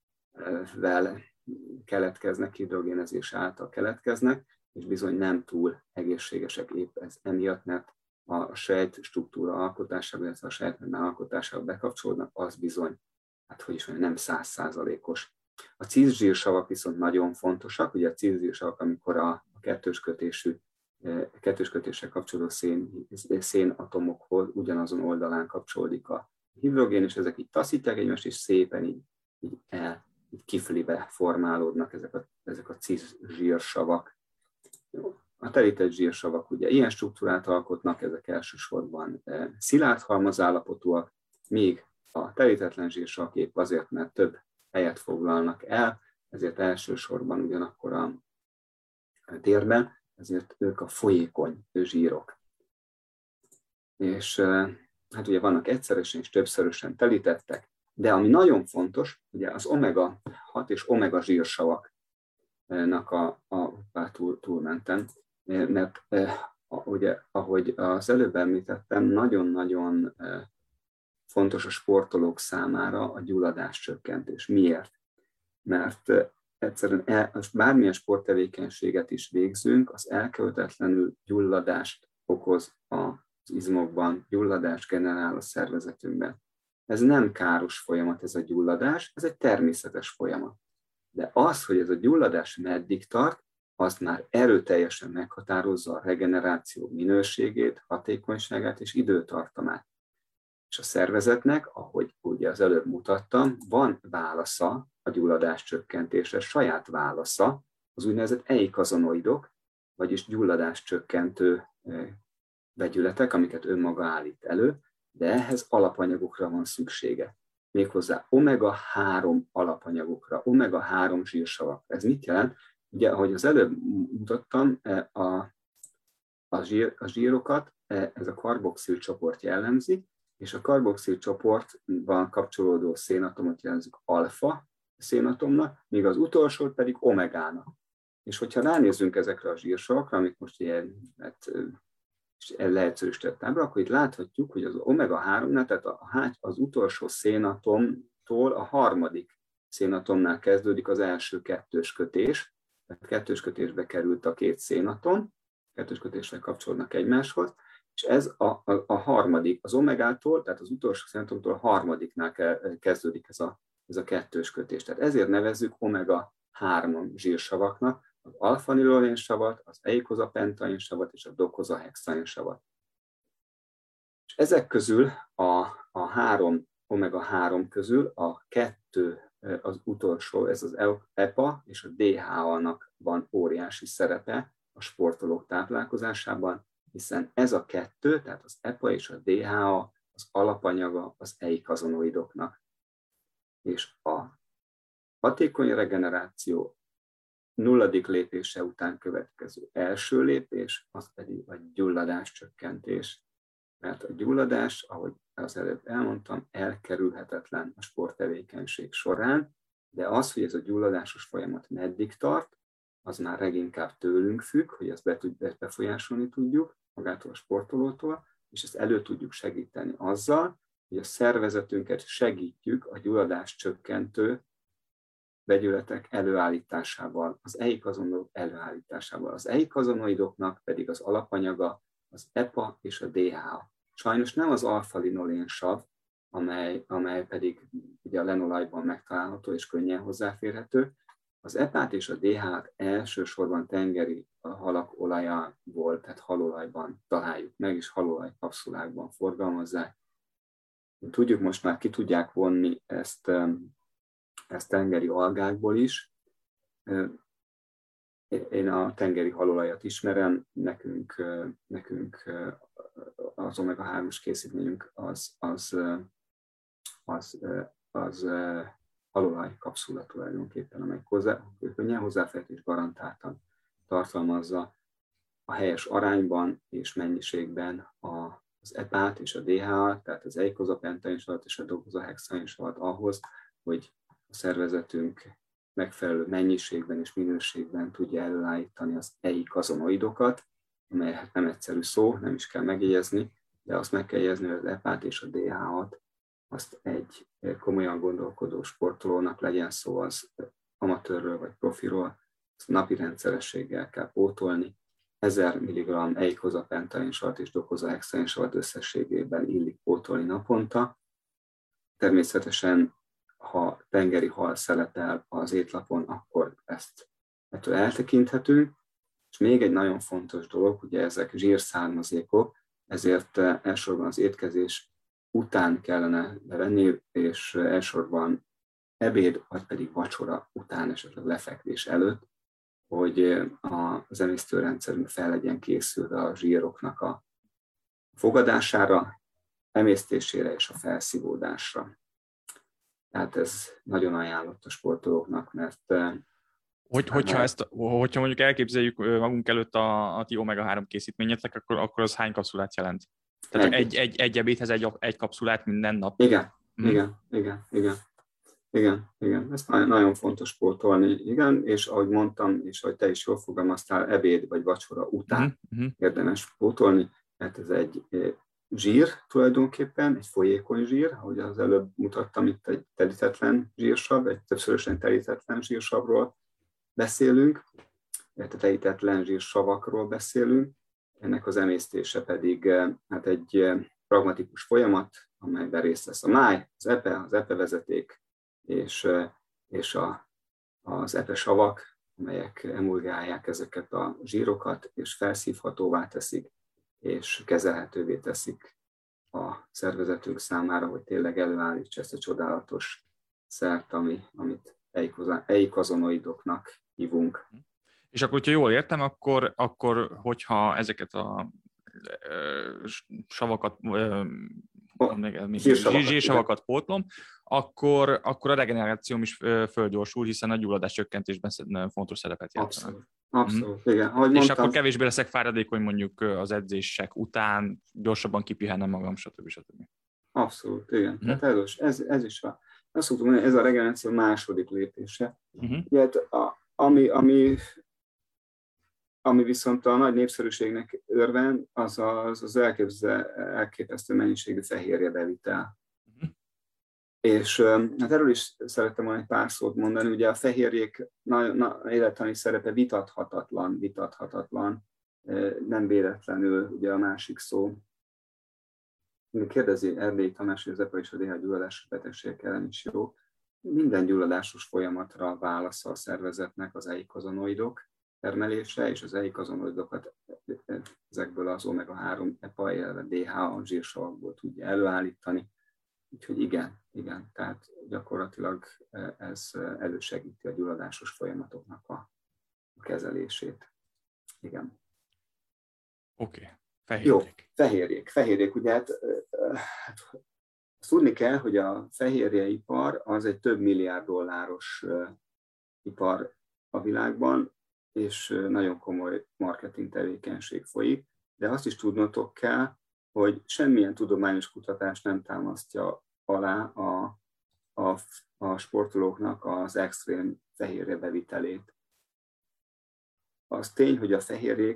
keletkeznek, hidrogénezés által keletkeznek, és bizony nem túl egészségesek épp ez emiatt, mert a sejt struktúra alkotásába, illetve a sejtmembran alkotásába bekapcsolódnak, az bizony, hát hogy is mondjam, nem száz százalékos. A cisz-zsírsavak viszont nagyon fontosak, ugye a cisz-zsírsavak, amikor a kettős kötésű, kettős kötéssel kapcsolódó szén, szénatomokhoz ugyanazon oldalán kapcsolódik a hidrogén, és ezek így taszítják egymást, és szépen így, így, el, így kiflibe formálódnak ezek a, ezek a cisz-zsírsavak. A telített zsírsavak ugye ilyen struktúrát alkotnak, ezek elsősorban szilárd halmazállapotúak, míg a telítetlen zsírsavak épp azért, mert több helyet foglalnak el, ezért elsősorban ugyanakkor a térben, ezért ők a folyékony zsírok. És hát ugye vannak egyszeresen és többszörösen telítettek, de ami nagyon fontos, ugye az omega hat és omega zsírsavaknak a, a, a túl, túlmentem, mert ugye, ahogy az előbb említettem, nagyon-nagyon fontos a sportolók számára a gyulladás csökkentés. Miért? Mert egyszerűen el, bármilyen sporttevékenységet is végzünk, az elkövetetlenül gyulladást okoz az izmokban, gyulladást generál a szervezetünkben. Ez nem káros folyamat, ez a gyulladás, ez egy természetes folyamat. De az, hogy ez a gyulladás meddig tart, azt már erőteljesen meghatározza a regeneráció minőségét, hatékonyságát és időtartamát. És a szervezetnek, ahogy ugye az előbb mutattam, van válasza a gyulladás csökkentésre, saját válasza, az úgynevezett eikazonoidok, vagyis gyulladás csökkentő vegyületek, amiket önmaga állít elő, de ehhez alapanyagokra van szüksége. Méghozzá omega három alapanyagokra, omega három zsírsavakra. Ez mit jelent? Ugye, ahogy az előbb mutattam, a, a, zsír, a zsírokat ez a karboxil csoport jellemzi, és a karboxil csoportban kapcsolódó szénatomot jelentjük alfa szénatomnak, míg az utolsót pedig omegának. És hogyha ránézzünk ezekre a zsírsavakra, amik most ilyen hát, leegyszerűsített ábra, akkor itt láthatjuk, hogy az omega háromnál, tehát az utolsó szénatomtól a harmadik szénatomnál kezdődik az első kettős kötés, tehát kettős kötésbe került a két szénatom, kettős kötéssel kapcsolódnak egymáshoz, és ez a, a, a harmadik, az omegától, tehát az utolsó szénatomtól a harmadiknál kezdődik ez a, ez a kettős kötés. Tehát ezért nevezzük omega három zsírsavaknak az alfa-nilolénsavat, az eikozapentainsavat és a dokozahexainsavat. És ezek közül a, a három, omega három közül a kettő, az utolsó, ez az E P A és a D H A-nak van óriási szerepe a sportolók táplálkozásában, hiszen ez a kettő, tehát az E P A és a D H A az alapanyaga az eikazonoidoknak. És a hatékony regeneráció nulladik lépése után következő első lépés, az pedig a gyulladás csökkentés. Mert a gyulladás, ahogy az előbb elmondtam, elkerülhetetlen a sporttevékenység során, de az, hogy ez a gyulladásos folyamat meddig tart, az már leginkább tőlünk függ, hogy ezt befolyásolni tudjuk, magától a sportolótól, és ezt elő tudjuk segíteni azzal, hogy a szervezetünket segítjük a gyulladás csökkentő vegyületek előállításával, az eikazonoidok előállításával. Az eikazonoidoknak pedig az alapanyaga az E P A és a D H A. Sajnos nem az alfa-linolénsav, amely, amely pedig ugye a lenolajban megtalálható és könnyen hozzáférhető. Az E P A-t és a D H A-t elsősorban tengeri halak olajából, tehát halolajban találjuk meg, és halolaj kapszulákban forgalmazzák. Tudjuk, most már ki tudják vonni ezt, ezt tengeri algákból is. Én a tengeri halolajat ismerem, nekünk, nekünk az omega hármas készítményünk az, az, az, az, az halolaj kapszula tulajdonképpen, amely hozzá, könnyen hozzáférhető és garantáltan tartalmazza a helyes arányban és mennyiségben az E P A-t és a D H A-t, tehát az eikozapentainsavat és a dokozahexainsavat ahhoz, hogy a szervezetünk megfelelő mennyiségben és minőségben tudja előállítani az eikazonoidokat, amely hát nem egyszerű szó, nem is kell megjegyezni, de azt meg kell jegyezni, hogy az E P A-t és a D H A-t azt egy komolyan gondolkodó sportolónak, legyen szó az amatőrről vagy profiról, azt napi rendszerességgel kell pótolni. ezer milligramm eikozapentainsavat és dokozahexainsavat összességében illik pótolni naponta. Természetesen, ha tengeri hal szerepel az étlapon, akkor ezt ettől eltekinthetünk. És még egy nagyon fontos dolog, ugye ezek zsírszármazékok, ezért elsősorban az étkezés után kellene bevenni, és elsősorban ebéd, vagy pedig vacsora után, esetleg lefekvés előtt, hogy az emésztőrendszerünk fel legyen készülve a zsíroknak a fogadására, emésztésére és a felszívódásra. Tehát ez nagyon ajánlott a sportolóknak, mert... Hogy, hogyha, ezt, hogyha mondjuk elképzeljük magunk előtt a, a ti omega három készítményetek, akkor, akkor az hány kapszulát jelent? Tehát egy, egy, egy ebédhez egy, egy kapszulát minden nap? Igen, hmm. igen, igen, igen. Igen, igen, ezt nagyon fontos pótolni, igen, és ahogy mondtam, és ahogy te is jól fogalmaztál, ebéd vagy vacsora után uh-huh. érdemes pótolni, mert ez egy zsír tulajdonképpen, egy folyékony zsír, ahogy az előbb mutattam, itt egy telítetlen zsírsav, egy többszörösen telítetlen zsírsavról beszélünk, tehát telítetlen zsírsavakról beszélünk, ennek az emésztése pedig hát egy pragmatikus folyamat, amelyben részt vesz a máj, az epe, az epevezeték, és, és a, az epesavak, amelyek emulgálják ezeket a zsírokat, és felszívhatóvá teszik, és kezelhetővé teszik a szervezetünk számára, hogy tényleg előállítsa ezt a csodálatos szert, ami, amit eikazonoidoknak hívunk. És akkor, hogyha jól értem, akkor, akkor hogyha ezeket a savakat, zsírsavakat pótlom, akkor, akkor a regenerációm is fölgyorsul, hiszen a gyulladás csökkentésben nagyon fontos szerepet játszanak. Abszolút, abszolút mm. igen. Ahogy és mondtam, akkor kevésbé leszek fáradékony mondjuk az edzések után, gyorsabban kipihennem magam, stb. stb. Abszolút, igen. Mm. Tehát ez, ez, ez is van. Azt szoktuk mondani, ez a regeneráció második lépése. Mm-hmm. Ugye, a, ami, ami Ami viszont a nagy népszerűségnek örven, az az, az elképesztő mennyiségű fehérjebevitel. Uh-huh. És hát erről is szerettem volna egy pár szót mondani. Ugye a fehérjék élettani szerepe vitathatatlan, vitathatatlan, nem véletlenül ugye a másik szó. Kérdezi Erdélyi Tamás, hogy az epa és a dé há gyulladásos betegségek ellen is jó. Minden gyulladásos folyamatra válasz a szervezetnek az eikazonoidok termelése, és az eikazonoidokat ezekből az omega három epa, illetve dé há á zsírsavakból tudja előállítani. Úgyhogy igen, igen, tehát gyakorlatilag ez elősegíti a gyulladásos folyamatoknak a kezelését. Igen. Oké, okay. Fehérjék. Jó, fehérjék. Fehérjék, ugye hát, hát azt tudni kell, hogy a fehérjeipar az egy több milliárd dolláros ipar a világban, és nagyon komoly marketing tevékenység folyik, de azt is tudnotok kell, hogy semmilyen tudományos kutatás nem támasztja alá a, a, a sportolóknak az extrém fehérje bevitelét. Az tény, hogy a fehérjék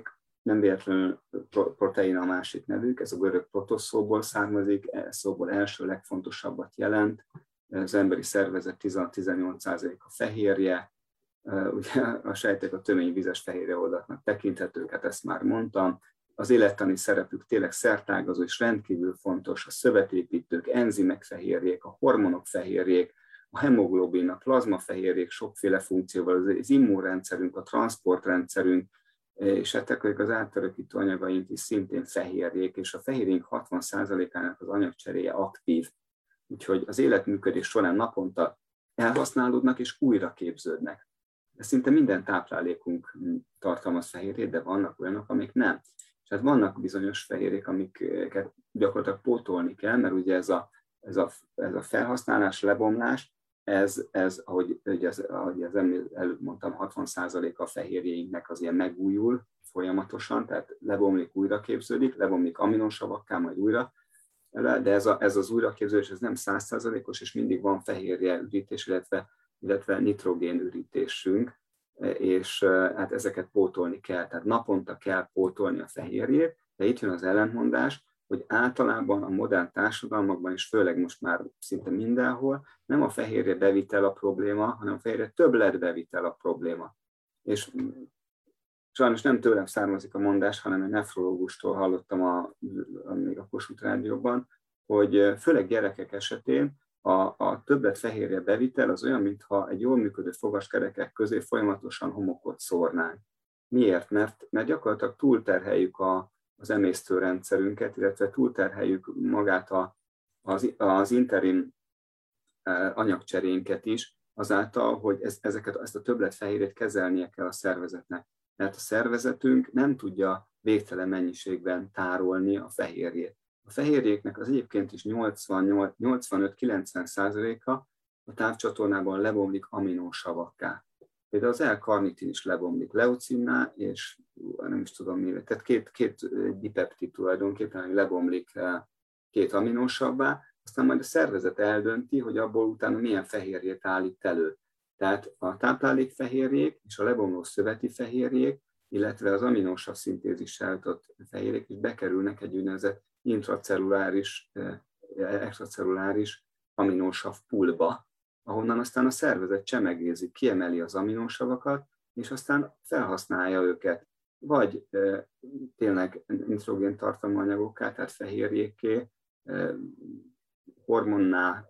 nem véletlenül protein a másik nevük, ez a görög protosz szóból származik, e szóból első legfontosabbat jelent, az emberi szervezet tizenhat-tizennyolc százalék a fehérje, ugye a sejtek a töményvizes fehérjeoldatnak tekinthetők, hát ezt már mondtam, az élettani szerepük tényleg szertágazó és rendkívül fontos, a szövetépítők, enzimek fehérjék, a hormonok fehérjék, a hemoglobin, a plazmafehérjék sokféle funkcióval, az immunrendszerünk, a transportrendszerünk, és ezek az átörökítő anyagaink is szintén fehérjék, és a fehérjénk hatvan százalékának az anyagcseréje aktív. Úgyhogy az életműködés során naponta elhasználódnak és újra képződnek. De szinte minden táplálékunk tartalmaz fehérjét, de vannak olyanok, amik nem. És hát vannak bizonyos fehérjék, amiket gyakorlatilag pótolni kell, mert ugye ez a, ez a, ez a felhasználás, lebomlás, ez, ez ahogy, ez, ahogy az előbb mondtam, hatvan százaléka a fehérjéinknek az ilyen megújul folyamatosan, tehát lebomlik, újra képződik, lebomlik aminosavakká, majd újra, de ez, a, ez az újraképződés ez nem száz százalékos, és mindig van fehérje ürítés, illetve, illetve nitrogén ürítésünk, és hát ezeket pótolni kell, tehát naponta kell pótolni a fehérjét, de itt jön az ellentmondás, hogy általában a modern társadalmakban, és főleg most már szinte mindenhol, nem a fehérje bevitel a probléma, hanem a fehérje többlet bevitel a probléma. És sajnos nem tőlem származik a mondás, hanem egy nefrológustól hallottam a, a, még a Kossuth Rádióban, hogy főleg gyerekek esetén a, a többlet fehérje bevitel az olyan, mintha egy jól működő fogaskerekek közé folyamatosan homokot szórnánk. Miért? Mert, mert gyakorlatilag túlterheljük a, az emésztőrendszerünket, illetve túlterheljük magát a, az, az interim anyagcserénket is, azáltal, hogy ez, ezeket, ezt a többlet fehérjét kezelnie kell a szervezetnek. Mert a szervezetünk nem tudja végtelen mennyiségben tárolni a fehérjét. A fehérjéknek az egyébként is nyolcvanöt-kilencven százaléka a távcsatornában lebomlik aminósavakká. Például az L-karnitin is lebomlik leucinnál, és nem is tudom mire, tehát két, két dipeptid tulajdonképpen, ami lebomlik két aminósavvá, aztán majd a szervezet eldönti, hogy abból utána milyen fehérjét állít elő. Tehát a táplálékfehérjék és a lebomló szöveti fehérjék, illetve az aminósav szintézissel jutott fehérjék is bekerülnek egy úgynevezett intracelluláris, extracelluláris aminósav poolba, ahonnan aztán a szervezet csemegézik, kiemeli az aminósavakat, és aztán felhasználja őket. Vagy e, tényleg nitrogén tartalmú anyagokká, tehát fehérjékké, e, hormonná,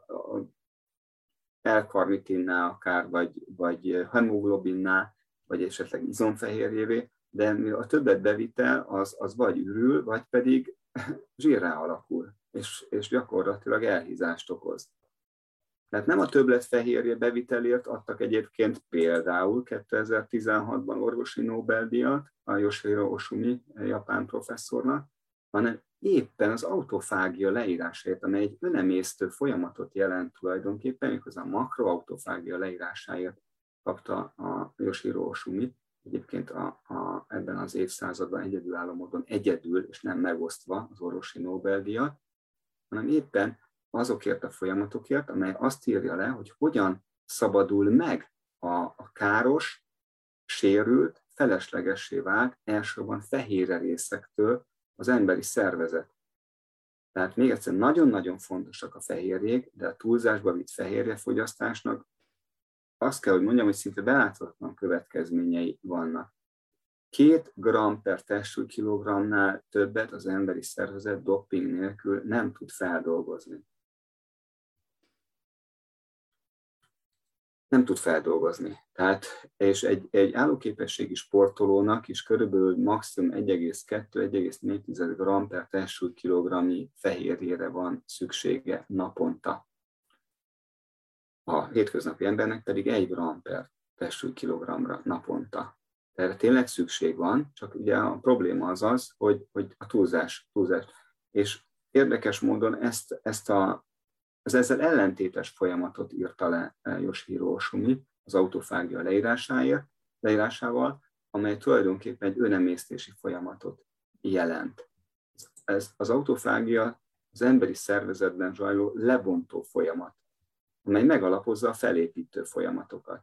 L-karnitinná akár, vagy, vagy hemoglobinná, vagy esetleg izomfehérjévé, de a többet bevitel az, az vagy ürül, vagy pedig zsírrá alakul, és, és gyakorlatilag elhízást okoz. Tehát nem a többlet fehérje bevitelért adtak egyébként például kétezer-tizenhatban orvosi Nobel-díjat a Yoshihiro Oshumi japán professzornak, hanem éppen az autofágia leírásáért, amely egy önemésztő folyamatot jelent tulajdonképpen, méghozzá a makroautofágia leírásáért kapta a Yoshihiro Oshumi, egyébként a, a, ebben az évszázadban egyedülálló módon egyedül, és nem megosztva az orvosi Nobel-díjat, hanem éppen azokért a folyamatokért, amely azt írja le, hogy hogyan szabadul meg a, a káros, sérült, feleslegessé vált, elsősorban fehérre részektől az emberi szervezet. Tehát még egyszer nagyon-nagyon fontosak a fehérjék, de a túlzásba vitt fehérjefogyasztásnak azt kell, hogy mondjam, hogy szinte beláthatatlan következményei vannak. Két gram per testsúly kilogramnál többet az emberi szervezet doping nélkül nem tud feldolgozni. Nem tud feldolgozni. Tehát, és egy, egy állóképességi sportolónak is körülbelül maximum egy egész kettő - egy egész négy gram per testsúly kilogramnyi fehérjére van szüksége naponta. A hétköznapi embernek pedig egy gram per testsúly kilogramra naponta. Erre tényleg szükség van, csak ugye a probléma az az, hogy, hogy a túlzás, túlzás. És érdekes módon ezt, ezt a, az ezzel ellentétes folyamatot írta le Yoshihiro Oshumi az autofágia leírásáért, leírásával, amely tulajdonképpen egy önemésztési folyamatot jelent. Ez, az autofágia az emberi szervezetben zajló lebontó folyamat, amely megalapozza a felépítő folyamatokat.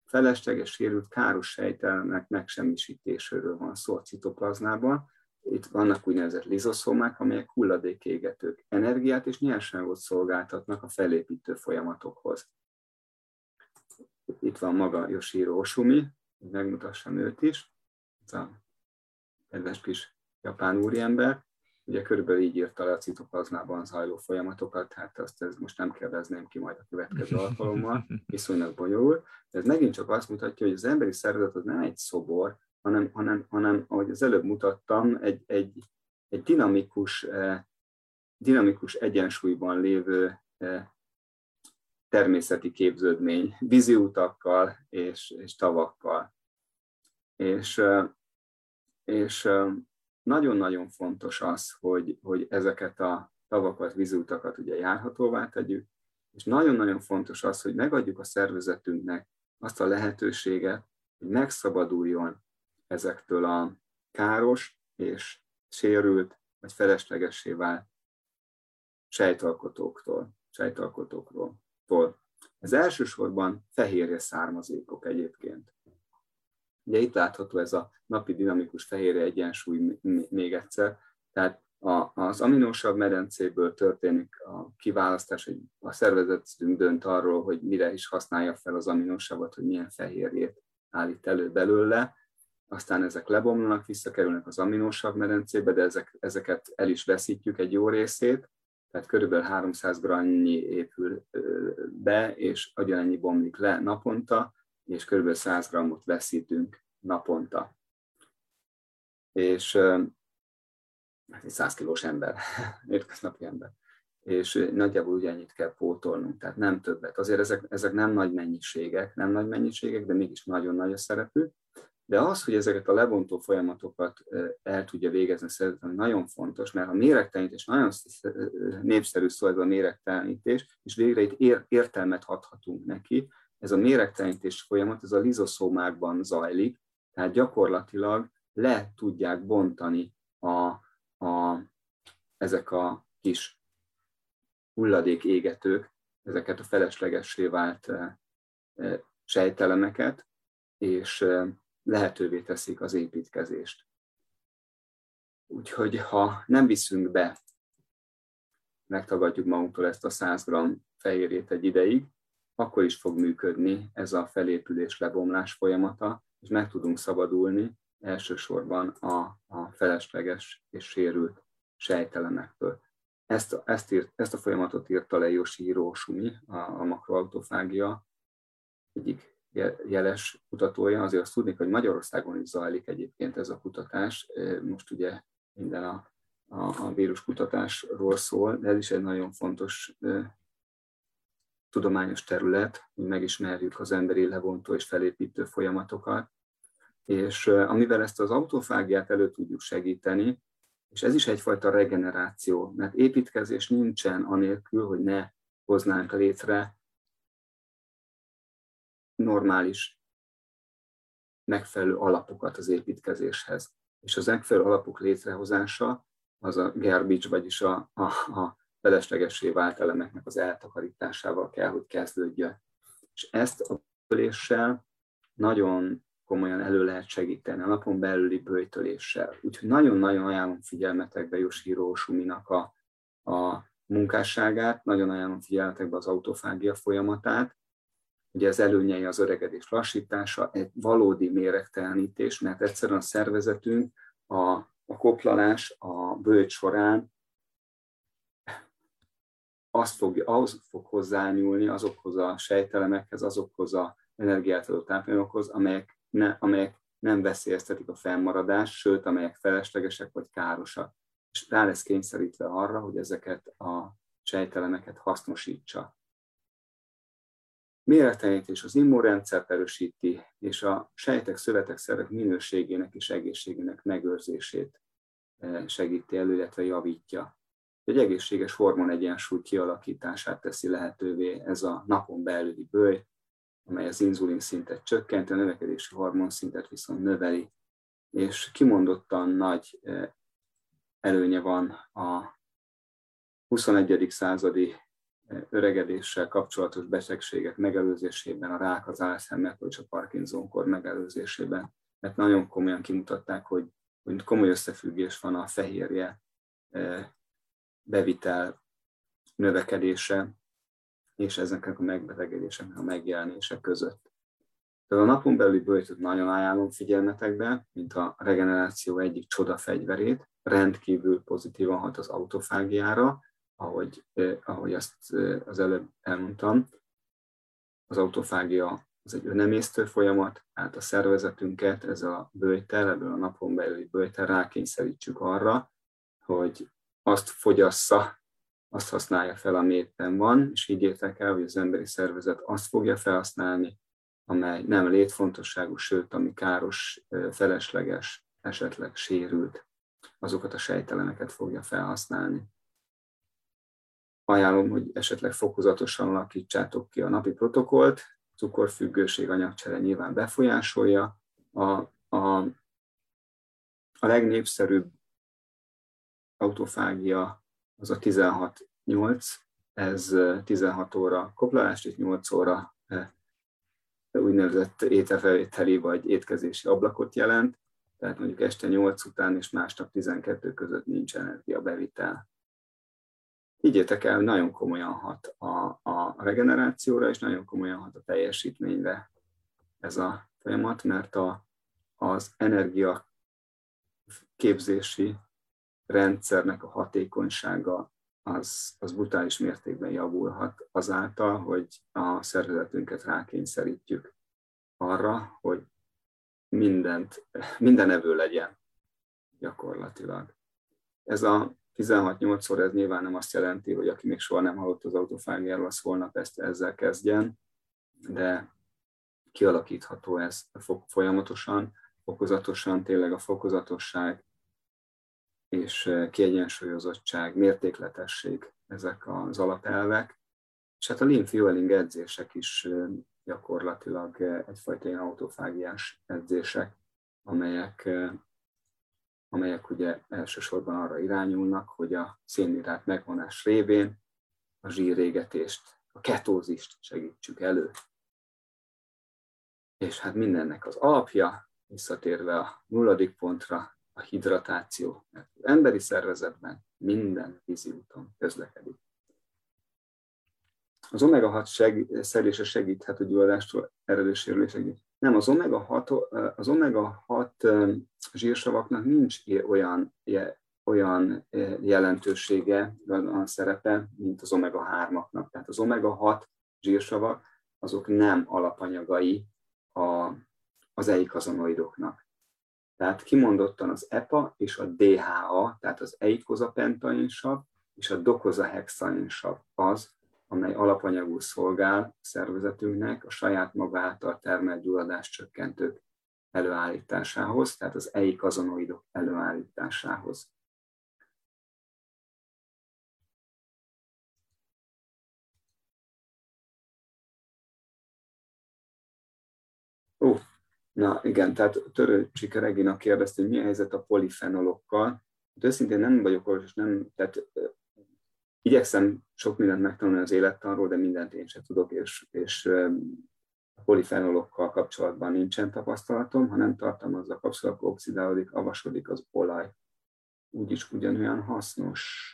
felesleges, sérült, káros sejtelemek megsemmisítéséről van szó a citoplazmában. Itt vannak úgynevezett lizoszómák, amelyek hulladékégetők. Energiát és nyersanyagot szolgáltatnak a felépítő folyamatokhoz. Itt van maga Yoshiro Oshumi, megmutassam őt is. Ez a kedves kis japán úriember. Ugye körülbelül így írta le a citoplazmában zajló folyamatokat, hát azt ez most nem kérdezném ki majd a következő alkalommal, viszonylag bonyolul. De ez megint csak azt mutatja, hogy az emberi szervezet az nem egy szobor, hanem, hanem, hanem ahogy az előbb mutattam, egy, egy, egy dinamikus, eh, dinamikus egyensúlyban lévő eh, természeti képződmény, víziutakkal és, és tavakkal. És, eh, és eh, nagyon-nagyon fontos az, hogy, hogy ezeket a tavakat, víziutakat ugye járhatóvá tegyük, és nagyon-nagyon fontos az, hogy megadjuk a szervezetünknek azt a lehetőséget, hogy megszabaduljon ezektől a káros és sérült vagy feleslegessé vált sejtalkotóktól, sejtalkotókról. Ez elsősorban fehérje származékok egyébként. Ugye itt látható ez a napi dinamikus fehérje egyensúly még egyszer, tehát a, az aminósav medencéből történik a kiválasztás, hogy a szervezetünk dönt arról, hogy mire is használja fel az aminósavot, hogy milyen fehérjét állít elő belőle, aztán ezek lebomlanak, visszakerülnek az aminósav medencébe, de ezek, ezeket el is veszítjük egy jó részét, tehát körülbelül háromszáz grammnyi épül be, és ugyanennyi bomlik le naponta, és körülbelül száz grammot veszítünk naponta. És egy száz kilós ember, hétköznapi ember. És nagyjából ugyannyit kell pótolnunk, tehát nem többet. Azért ezek, ezek nem nagy mennyiségek, nem nagy mennyiségek, de mégis nagyon nagy a szerepük. De az, hogy ezeket a lebontó folyamatokat el tudja végezni szerintem nagyon fontos, mert a méregtelenítés nagyon népszerű szó, ez a méregtelenítés, és végre itt értelmet adhatunk neki. Ez a méregtelenítés folyamat, ez a lizoszómákban zajlik, tehát gyakorlatilag le tudják bontani a, a, ezek a kis hulladékégetők, ezeket a feleslegessé vált sejtelemeket, és lehetővé teszik az építkezést. Úgyhogy ha nem viszünk be, megtagadjuk magunktól ezt a száz gramm fehérjét egy ideig, akkor is fog működni ez a felépülés-lebomlás folyamata, és meg tudunk szabadulni elsősorban a, a felesleges és sérült sejtelemektől. Ezt, ezt, írt, ezt a folyamatot írta le Yoshiro Oshumi, a, a makroautofágia egyik jeles kutatója. Azért azt tudni, hogy Magyarországon is zajlik egyébként ez a kutatás. Most ugye minden a, a, a víruskutatásról szól, de ez is egy nagyon fontos e, tudományos terület, hogy megismerjük az emberi lebontó és felépítő folyamatokat. És e, amivel ezt az autofágiát elő tudjuk segíteni, és ez is egyfajta regeneráció, mert építkezés nincsen anélkül, hogy ne hoznánk létre normális, megfelelő alapokat az építkezéshez. És az megfelelő alapok létrehozása az a garbage, vagyis a, a, a feleslegessé vált elemeknek az eltakarításával kell, hogy kezdődjön. És ezt a bőtöléssel nagyon komolyan elő lehet segíteni, a napon belüli bőtöléssel. Úgyhogy nagyon-nagyon ajánlom figyelmetekbe Yoshiro Oshuminak a, a munkásságát, nagyon ajánlom figyelmetekbe az autofágia folyamatát. Ugye az előnyei az öregedés lassítása, egy valódi méregtelenítés, mert egyszerűen a szervezetünk a, a koplalás, a bőt során azt fog, ahhoz fog hozzányúlni azokhoz a sejtelemekhez, azokhoz az energiát adó tápanyagokhoz, amelyek, ne, amelyek nem veszélyeztetik a fennmaradást, sőt, amelyek feleslegesek vagy károsak. És rá lesz kényszerítve arra, hogy ezeket a sejtelemeket hasznosítsa. Méregtelenítés az immunrendszert erősíti, és a sejtek, szövetek, szervek minőségének és egészségének megőrzését segíti elő, illetve javítja. Egy egészséges hormonegyensúly kialakítását teszi lehetővé ez a napon belüli bőj, amely az inzulin szintet csökkenti, a növekedési hormonszintet viszont növeli, és kimondottan nagy előnye van a huszonegyedik századi öregedéssel kapcsolatos betegségek megelőzésében, a rák, az Alzheimer és a Parkinson-kor megelőzésében, mert nagyon komolyan kimutatták, hogy, hogy komoly összefüggés van a fehérje bevitel növekedése és ezeknek a megbetegedéseknek a megjelenése között. Tehát a napon belüli böjtöt nagyon ajánlom figyelmetekbe, mint a regeneráció egyik csodafegyverét, rendkívül pozitívan hat az autofágiára, ahogy, eh, ahogy azt eh, az előbb elmondtam. Az autofágia az egy önemésztő folyamat, tehát a szervezetünket ezzel a böjttel, ebből a napon belüli böjttel rákényszerítsük arra, hogy azt fogyassza, azt használja fel, ami éppen van, és higgyétek el, hogy az emberi szervezet azt fogja felhasználni, amely nem létfontosságú, sőt, ami káros, felesleges, esetleg sérült, azokat a sejtelemeket fogja felhasználni. Ajánlom, hogy esetleg fokozatosan alakítsátok ki a napi protokollt, cukorfüggőség, anyagcsere nyilván befolyásolja. A, a, a legnépszerűbb autofágia az a tizenhat nyolc, ez tizenhat óra koplalást és nyolc óra úgynevezett ételfelvételi vagy étkezési ablakot jelent, tehát mondjuk este nyolc után és másnap tizenkettő között nincs energiabevitel. Higgyétek el, hogy nagyon komolyan hat a, a regenerációra, és nagyon komolyan hat a teljesítményre ez a folyamat, mert a, az energia képzési rendszernek a hatékonysága az, az brutális mértékben javulhat azáltal, hogy a szervezetünket rákényszerítjük arra, hogy mindent, minden evő legyen gyakorlatilag. Ez a tizenhat nyolcszor ez nyilván nem azt jelenti, hogy aki még soha nem hallott az autofágiáról, az holnap ezt ezzel kezdjen, de kialakítható ez folyamatosan, fokozatosan, tényleg a fokozatosság és kiegyensúlyozottság, mértékletesség, ezek az alapelvek. És hát a lean fueling edzések is gyakorlatilag egyfajta ilyen autofágiás edzések, amelyek, amelyek ugye elsősorban arra irányulnak, hogy a szénhidrát megvonás révén a zsírégetést, a ketózist segítsük elő. És hát mindennek az alapja, visszatérve a nulladik pontra, a hidratáció, mert az emberi szervezetben minden vízi úton közlekedik. Az omega hat seg- szedése segíthet a gyulladástól eredő sérülések. Nem, az omega hat, az omega hat zsírsavaknak nincs olyan, olyan jelentősége, olyan szerepe, mint az omega hármaknak. Tehát az omega hat zsírsavak, azok nem alapanyagai a, az eikazanoidoknak. Tehát kimondottan az e pé á és a dé há á, tehát az eikozapentainsav és a dokozahexainsav az, amely alapanyagul szolgál a szervezetünknek a saját maga által termelt gyulladás csökkentők előállításához, tehát az eikazanoidok előállításához. Ó, na igen, tehát Törőcsike Regina kérdezte, hogy mi a helyzet a polifenolokkal. Hát őszintén nem vagyok orvos, nem, tehát igyekszem sok mindent megtanulni az élettanról, de mindent én sem tudok, és, és a polifenolokkal kapcsolatban nincsen tapasztalatom, ha nem tartalmazza kapcsolatban oxidálódik, avasodik az olaj. Úgyis ugyanolyan hasznos.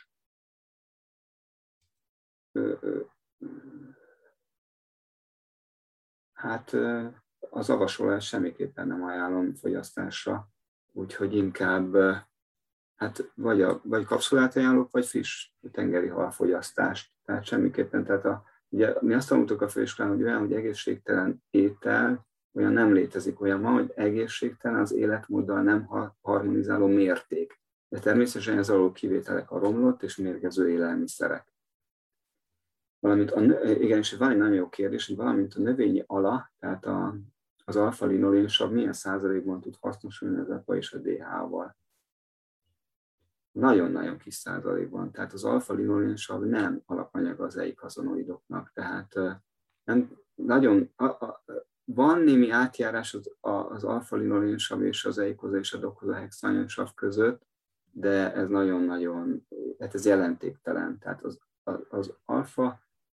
Hát az avasolaj semmiképpen nem ajánlom fogyasztásra, úgyhogy inkább hát vagy, a, vagy kapszulát ajánlok, vagy friss tengeri halfogyasztást. Tehát semmiképpen, tehát a, ugye, mi azt tanultuk a főiskolán, hogy olyan, hogy egészségtelen étel, olyan nem létezik, olyan van, hogy egészségtelen az életmóddal nem harmonizáló mérték. De természetesen ez alól kivételek a romlott és mérgező élelmiszerek. Valamint a, igen, és van egy nagyon jó kérdés, hogy valamint a növényi ala, tehát a, az alfa-linolénsav milyen százalékban tud hasznosulni az e pé á és a dé há á-val. Nagyon-nagyon kis százalékban. Tehát az alfa-linolénsav nem alapanyaga az eikazanoidoknak. Tehát nem, nagyon, a, a, van némi átjárás az, az alfa-linolénsav és az eikoza és a dokozahexainsav között, de ez nagyon-nagyon, hát ez jelentéktelen. Tehát az, az alfa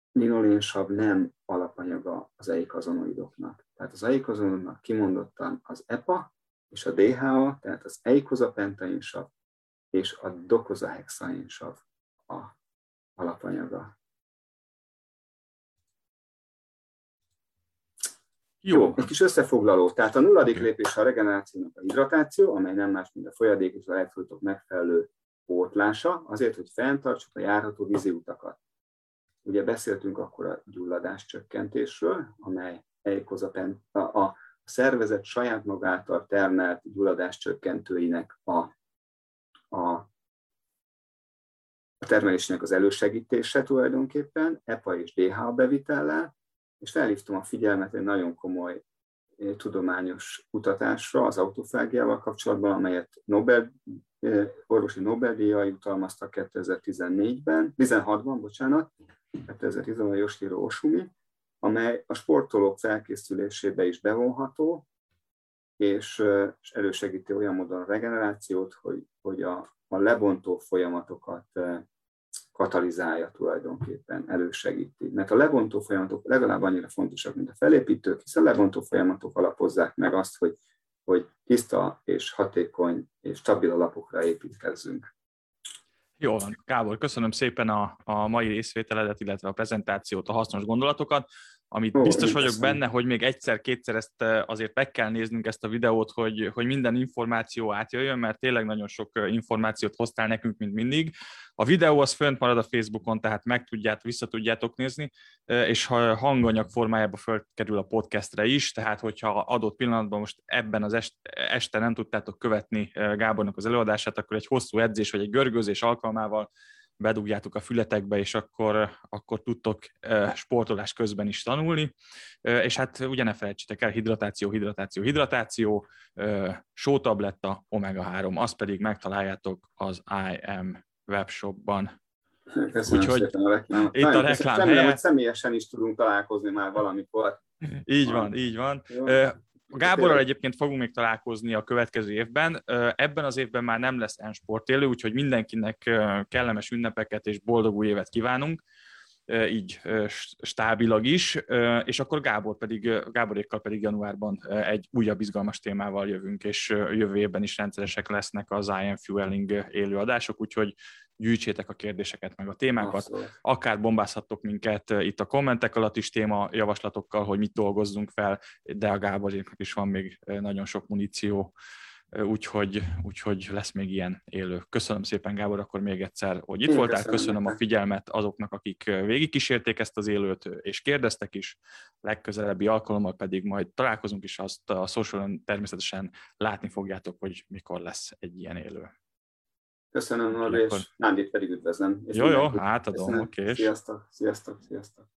linolénsav nem alapanyaga az eikozonoidoknak. Tehát az eikozonoidoknak kimondottan az E P A és a D H A, tehát az eikozapentainsav és a dokozahexainsav a alapanyaga. Jó. Jó, egy kis összefoglaló. Tehát a nulladik okay. lépés a regenerációnak a hidratáció, amely nem más, mint a folyadék és az elektrolitok megfelelő pótlása, azért, hogy fenntartsuk a járható vízi utakat. Ugye beszéltünk akkor a gyulladás csökkentésről, amely a, a szervezet saját magától termelt gyulladás csökkentőinek a, a, a termelésének az elősegítése tulajdonképpen, E P A és D H A bevitellel, és felhívtam a figyelmet egy nagyon komoly tudományos kutatásra az autofágiával kapcsolatban, amelyet Nobel, orvosi Nobel-díjjal jutalmaztak kétezer-tizennégyben, tizenhatban, bocsánat, kétezer-tizenhatban Yoshiro Oshumi, amely a sportolók felkészülésébe is bevonható, és, és elősegíti olyan módon a regenerációt, hogy, hogy a, a lebontó folyamatokat katalizálja tulajdonképpen, elősegíti. Mert a lebontó folyamatok legalább annyira fontosak, mint a felépítők, hiszen a lebontó folyamatok alapozzák meg azt, hogy, hogy tiszta és hatékony és stabil alapokra építkezzünk. Jó van, Gábor, köszönöm szépen a, a mai részvételedet, illetve a prezentációt, a hasznos gondolatokat, amit Ó, biztos vagyok köszönöm. benne, hogy még egyszer-kétszer ezt azért meg kell néznünk ezt a videót, hogy, hogy minden információ átjöjjön, mert tényleg nagyon sok információt hoztál nekünk, mint mindig. A videó az fönt marad a Facebookon, tehát meg tudjátok, vissza tudjátok nézni, és hanganyag formájában fölkerül a podcastre is, tehát hogyha adott pillanatban most ebben az este nem tudtátok követni Gábornak az előadását, akkor egy hosszú edzés vagy egy görgőzés alkalmával bedugjátok a fületekbe, és akkor, akkor tudtok sportolás közben is tanulni. És hát ugye ne felejtsétek el, hidratáció, hidratáció, hidratáció, sótabletta, omega három, azt pedig megtaláljátok az I M webshopban. Köszönöm Úgyhogy szépen a reklámot. Itt a reklám Remélem, helye. hogy személyesen is tudunk találkozni már valamikor. Így van, így van. Jó. Gáborral egyébként fogunk még találkozni a következő évben. Ebben az évben már nem lesz N-sportélő, úgyhogy mindenkinek kellemes ünnepeket és boldog új évet kívánunk, így stábilag is, és akkor Gábor pedig, Gáborékkal pedig januárban egy újabb izgalmas témával jövünk, és jövő évben is rendszeresek lesznek az I Am Fueling élőadások, úgyhogy gyűjtsétek a kérdéseket, meg a témákat. Abszolút. Akár bombázhattok minket itt a kommentek alatt is téma javaslatokkal, hogy mit dolgozzunk fel, de a Gáboréknak is van még nagyon sok muníció, úgyhogy, úgyhogy lesz még ilyen élő. Köszönöm szépen, Gábor, akkor még egyszer, hogy itt Én voltál. Köszönöm, köszönöm a figyelmet azoknak, akik végigkísérték ezt az élőt, és kérdeztek is. Legközelebbi alkalommal pedig majd találkozunk is, azt a socialon természetesen látni fogjátok, hogy mikor lesz egy ilyen élő. Köszönöm, Norbi, és Nándit pedig üdvözlöm. És jó, jó, átadom, oké. Sziasztok, sziasztok, sziasztok.